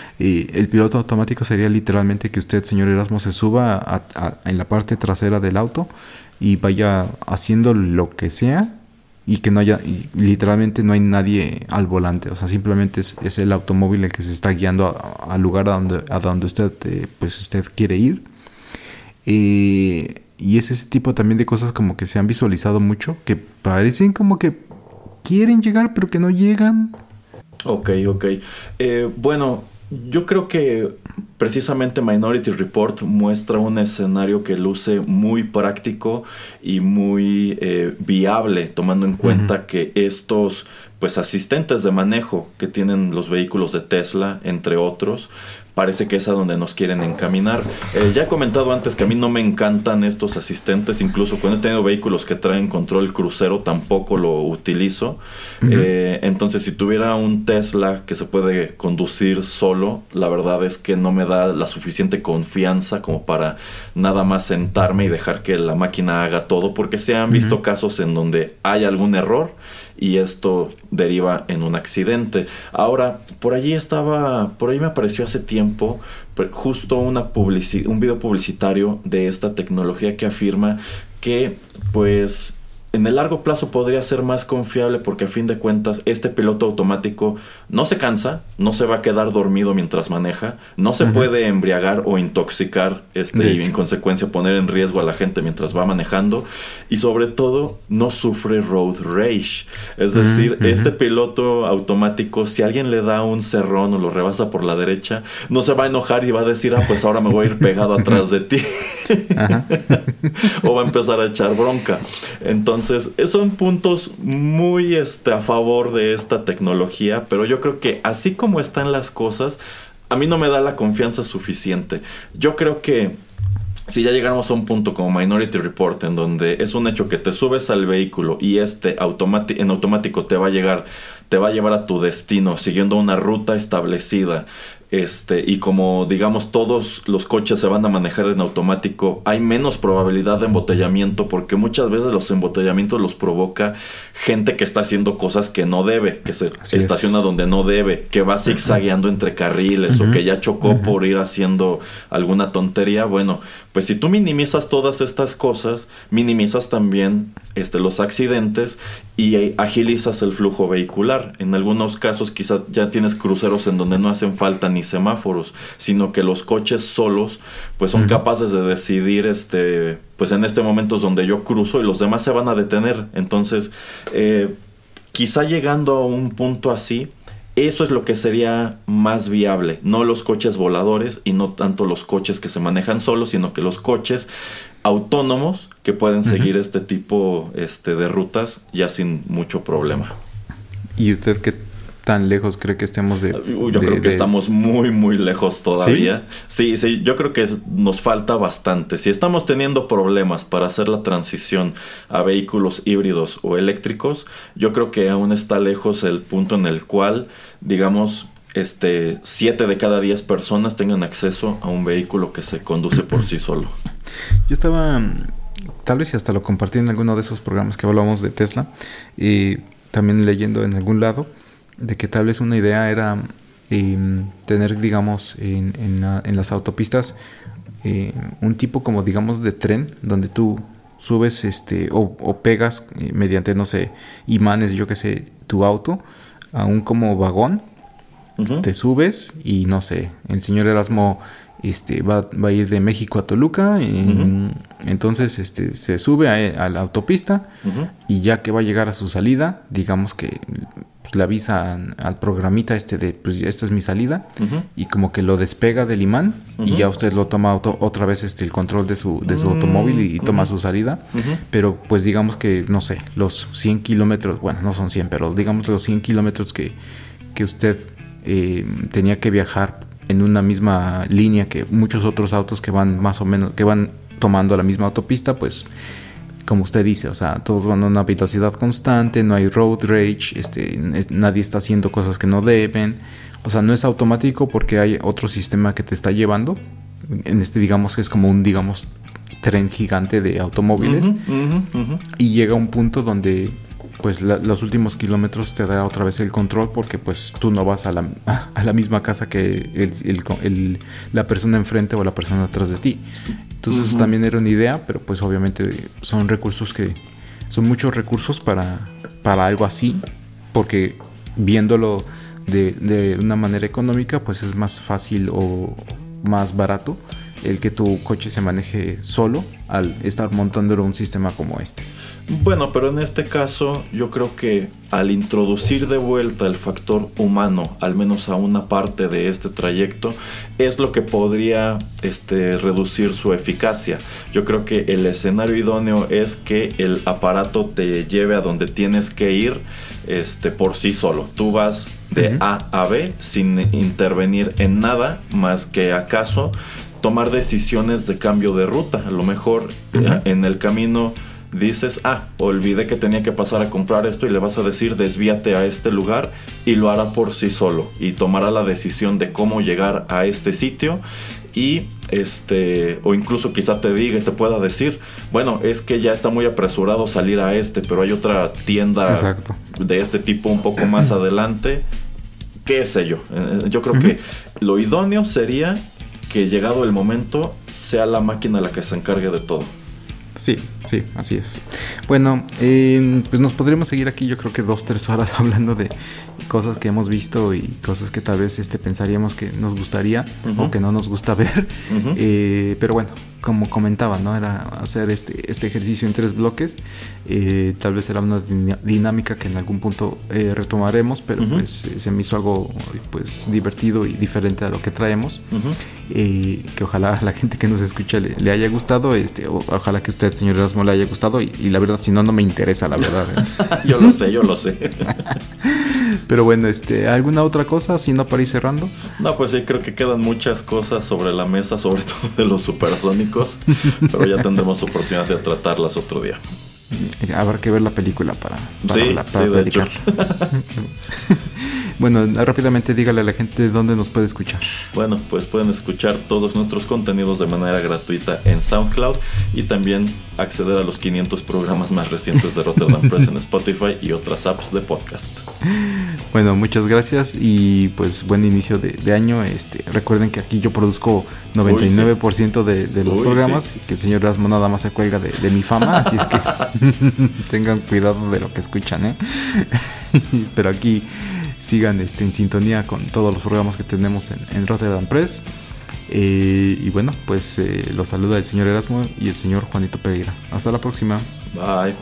Y el piloto automático sería literalmente que usted, señor Erasmo, se suba a, a, en la parte trasera del auto y vaya haciendo lo que sea y que no haya, y literalmente no hay nadie al volante. O sea, simplemente es, es el automóvil el que se está guiando al lugar a donde, a donde usted, eh, pues usted quiere ir. Y... y es ese tipo también de cosas como que se han visualizado mucho, que parecen como que quieren llegar, pero que no llegan. Ok, ok. Eh, bueno, yo creo que precisamente Minority Report muestra un escenario que luce muy práctico y muy eh, viable, tomando en cuenta uh-huh. que estos pues asistentes de manejo que tienen los vehículos de Tesla, entre otros, parece que es a donde nos quieren encaminar. Eh, ya he comentado antes que a mí no me encantan estos asistentes, incluso cuando he tenido vehículos que traen control crucero tampoco lo utilizo. Uh-huh. Eh, entonces si tuviera un Tesla que se puede conducir solo, la verdad es que no me da la suficiente confianza como para nada más sentarme y dejar que la máquina haga todo, porque se han uh-huh. visto casos en donde hay algún error y esto deriva en un accidente. Ahora, por allí estaba, por ahí me apareció hace tiempo justo una publici- un video publicitario de esta tecnología que afirma que, pues, en el largo plazo podría ser más confiable porque a fin de cuentas este piloto automático no se cansa, no se va a quedar dormido mientras maneja, no se uh-huh. puede embriagar o intoxicar este, y en consecuencia poner en riesgo a la gente mientras va manejando, y sobre todo no sufre road rage. Es decir, uh-huh. este piloto automático, si alguien le da un cerrón o lo rebasa por la derecha, no se va a enojar y va a decir, ah, pues ahora me voy a ir pegado atrás de ti. O va a empezar a echar bronca. Entonces Entonces, son puntos muy este, a favor de esta tecnología, pero yo creo que así como están las cosas, a mí no me da la confianza suficiente. Yo creo que si ya llegáramos a un punto como Minority Report, en donde es un hecho que te subes al vehículo y este automati- en automático te va a llegar, te va a llevar a tu destino siguiendo una ruta establecida, Este, y como digamos todos los coches se van a manejar en automático, hay menos probabilidad de embotellamiento, porque muchas veces los embotellamientos los provoca gente que está haciendo cosas que no debe, que se Así estaciona es. donde no debe, que va zigzagueando uh-huh. entre carriles uh-huh. o que ya chocó uh-huh. por ir haciendo alguna tontería. Bueno, pues si tú minimizas todas estas cosas, minimizas también este, los accidentes y agilizas el flujo vehicular. En algunos casos quizás ya tienes cruceros en donde no hacen falta ni semáforos, sino que los coches solos pues son uh-huh. capaces de decidir este pues en este momento es donde yo cruzo y los demás se van a detener. Entonces eh, quizá llegando a un punto así, eso es lo que sería más viable, no los coches voladores y no tanto los coches que se manejan solos, sino que los coches autónomos que pueden uh-huh. seguir este tipo este de rutas ya sin mucho problema. ¿Y usted qué tan lejos cree que estemos de...? Yo de, creo que de... estamos muy, muy lejos todavía. ¿Sí? sí, sí, yo creo que es, nos falta bastante. Si estamos teniendo problemas para hacer la transición a vehículos híbridos o eléctricos, yo creo que aún está lejos el punto en el cual, digamos, este, siete de cada diez personas tengan acceso a un vehículo que se conduce por sí solo. Yo estaba, tal vez y hasta lo compartí en alguno de esos programas que hablábamos de Tesla, y también leyendo en algún lado, de que tal vez una idea era eh, tener, digamos, en, en, la, en las autopistas eh, un tipo como, digamos, de tren donde tú subes este o, o pegas eh, mediante, no sé, imanes, yo qué sé, tu auto a un como vagón, uh-huh. te subes y, no sé, el señor Erasmo este va, va a ir de México a Toluca, en, uh-huh. entonces este se sube a, a la autopista uh-huh. y ya que va a llegar a su salida, digamos que pues, le avisa al programita este de pues esta es mi salida uh-huh. y como que lo despega del imán uh-huh. y ya usted lo toma auto, otra vez este el control de su de su uh-huh. automóvil y, y toma uh-huh. su salida, uh-huh. pero pues digamos que no sé, los cien kilómetros, bueno no son cien, pero digamos los cien kilómetros que, que usted eh, tenía que viajar en una misma línea que muchos otros autos que van más o menos, que van tomando la misma autopista, pues como usted dice, o sea, todos van a una velocidad constante, no hay road rage, este, nadie está haciendo cosas que no deben, o sea, no es automático porque hay otro sistema que te está llevando, en este digamos que es como un, digamos, tren gigante de automóviles, uh-huh, uh-huh, uh-huh. y llega un punto donde pues la, los últimos kilómetros te da otra vez el control porque pues tú no vas a la, a la misma casa que el, el, el, la persona enfrente o la persona atrás de ti. Entonces uh-huh. eso también era una idea, pero pues obviamente son recursos que son muchos recursos para, para algo así, porque viéndolo de, de una manera económica pues es más fácil o más barato el que tu coche se maneje solo al estar montándolo un sistema como este. Bueno, pero en este caso yo creo que al introducir de vuelta el factor humano, al menos a una parte de este trayecto, es lo que podría este, reducir su eficacia. Yo creo que el escenario idóneo es que el aparato te lleve a donde tienes que ir este, por sí solo. Tú vas de uh-huh. A a B sin intervenir en nada más que acaso tomar decisiones de cambio de ruta. A lo mejor uh-huh. en el camino dices, ah, olvidé que tenía que pasar a comprar esto, y le vas a decir desvíate a este lugar, y lo hará por sí solo y tomará la decisión de cómo llegar a este sitio. Y este, o incluso quizá te diga y te pueda decir, bueno, es que ya está muy apresurado salir a este, pero hay otra tienda Exacto. de este tipo un poco más adelante, qué sé yo. Yo creo uh-huh. que lo idóneo sería que llegado el momento sea la máquina la que se encargue de todo. Sí, sí, así es. Bueno, eh, pues nos podríamos seguir aquí yo creo que dos, tres horas hablando de cosas que hemos visto y cosas que tal vez este, pensaríamos que nos gustaría uh-huh. o que no nos gusta ver. Uh-huh. Eh, pero bueno, como comentaba, ¿no? Era hacer este, este ejercicio en tres bloques. Eh, tal vez será una din- dinámica que en algún punto eh, retomaremos, pero uh-huh. pues eh, se me hizo algo pues divertido y diferente a lo que traemos. Uh-huh. Eh, que ojalá a la gente que nos escucha le, le haya gustado. Este, o, ojalá que usted, señor Erasmo, le haya gustado. Y, y la verdad, si no, no me interesa, la verdad. ¿eh? Yo lo sé, yo lo sé. Pero bueno, este, ¿alguna otra cosa? Si no, para ir cerrando. No, pues sí, creo que quedan muchas cosas sobre la mesa, sobre todo de los supersónicos. Pero ya tendremos oportunidad de tratarlas otro día. Habrá que ver la película para, para, sí, la, para sí, platicar. Bueno, rápidamente dígale a la gente dónde nos puede escuchar. Bueno, pues pueden escuchar todos nuestros contenidos de manera gratuita en SoundCloud, y también acceder a los quinientos programas más recientes de Rotterdam Press en Spotify y otras apps de podcast. Bueno, muchas gracias y pues buen inicio de, de año. Este, recuerden que aquí yo produzco noventa y nueve por ciento Uy, sí. de, de los Uy, programas sí. y que el señor Erasmo nada más se cuelga de, de mi fama, así es que tengan cuidado de lo que escuchan, ¿eh? Pero aquí sigan este, en sintonía con todos los programas que tenemos en, en Rotterdam Press. Eh, y bueno, pues eh, los saluda el señor Erasmo y el señor Juanito Pereira. Hasta la próxima. Bye.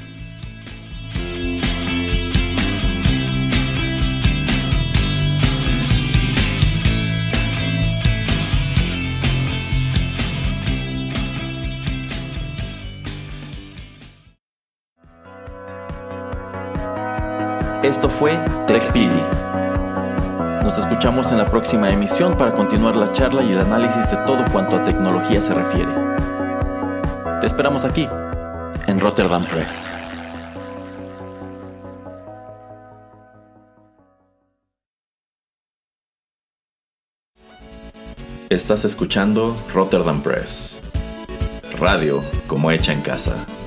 Esto fue TechPili. Nos escuchamos en la próxima emisión para continuar la charla y el análisis de todo cuanto a tecnología se refiere. Te esperamos aquí, en Rotterdam Press. Estás escuchando Rotterdam Press. Radio como hecha en casa.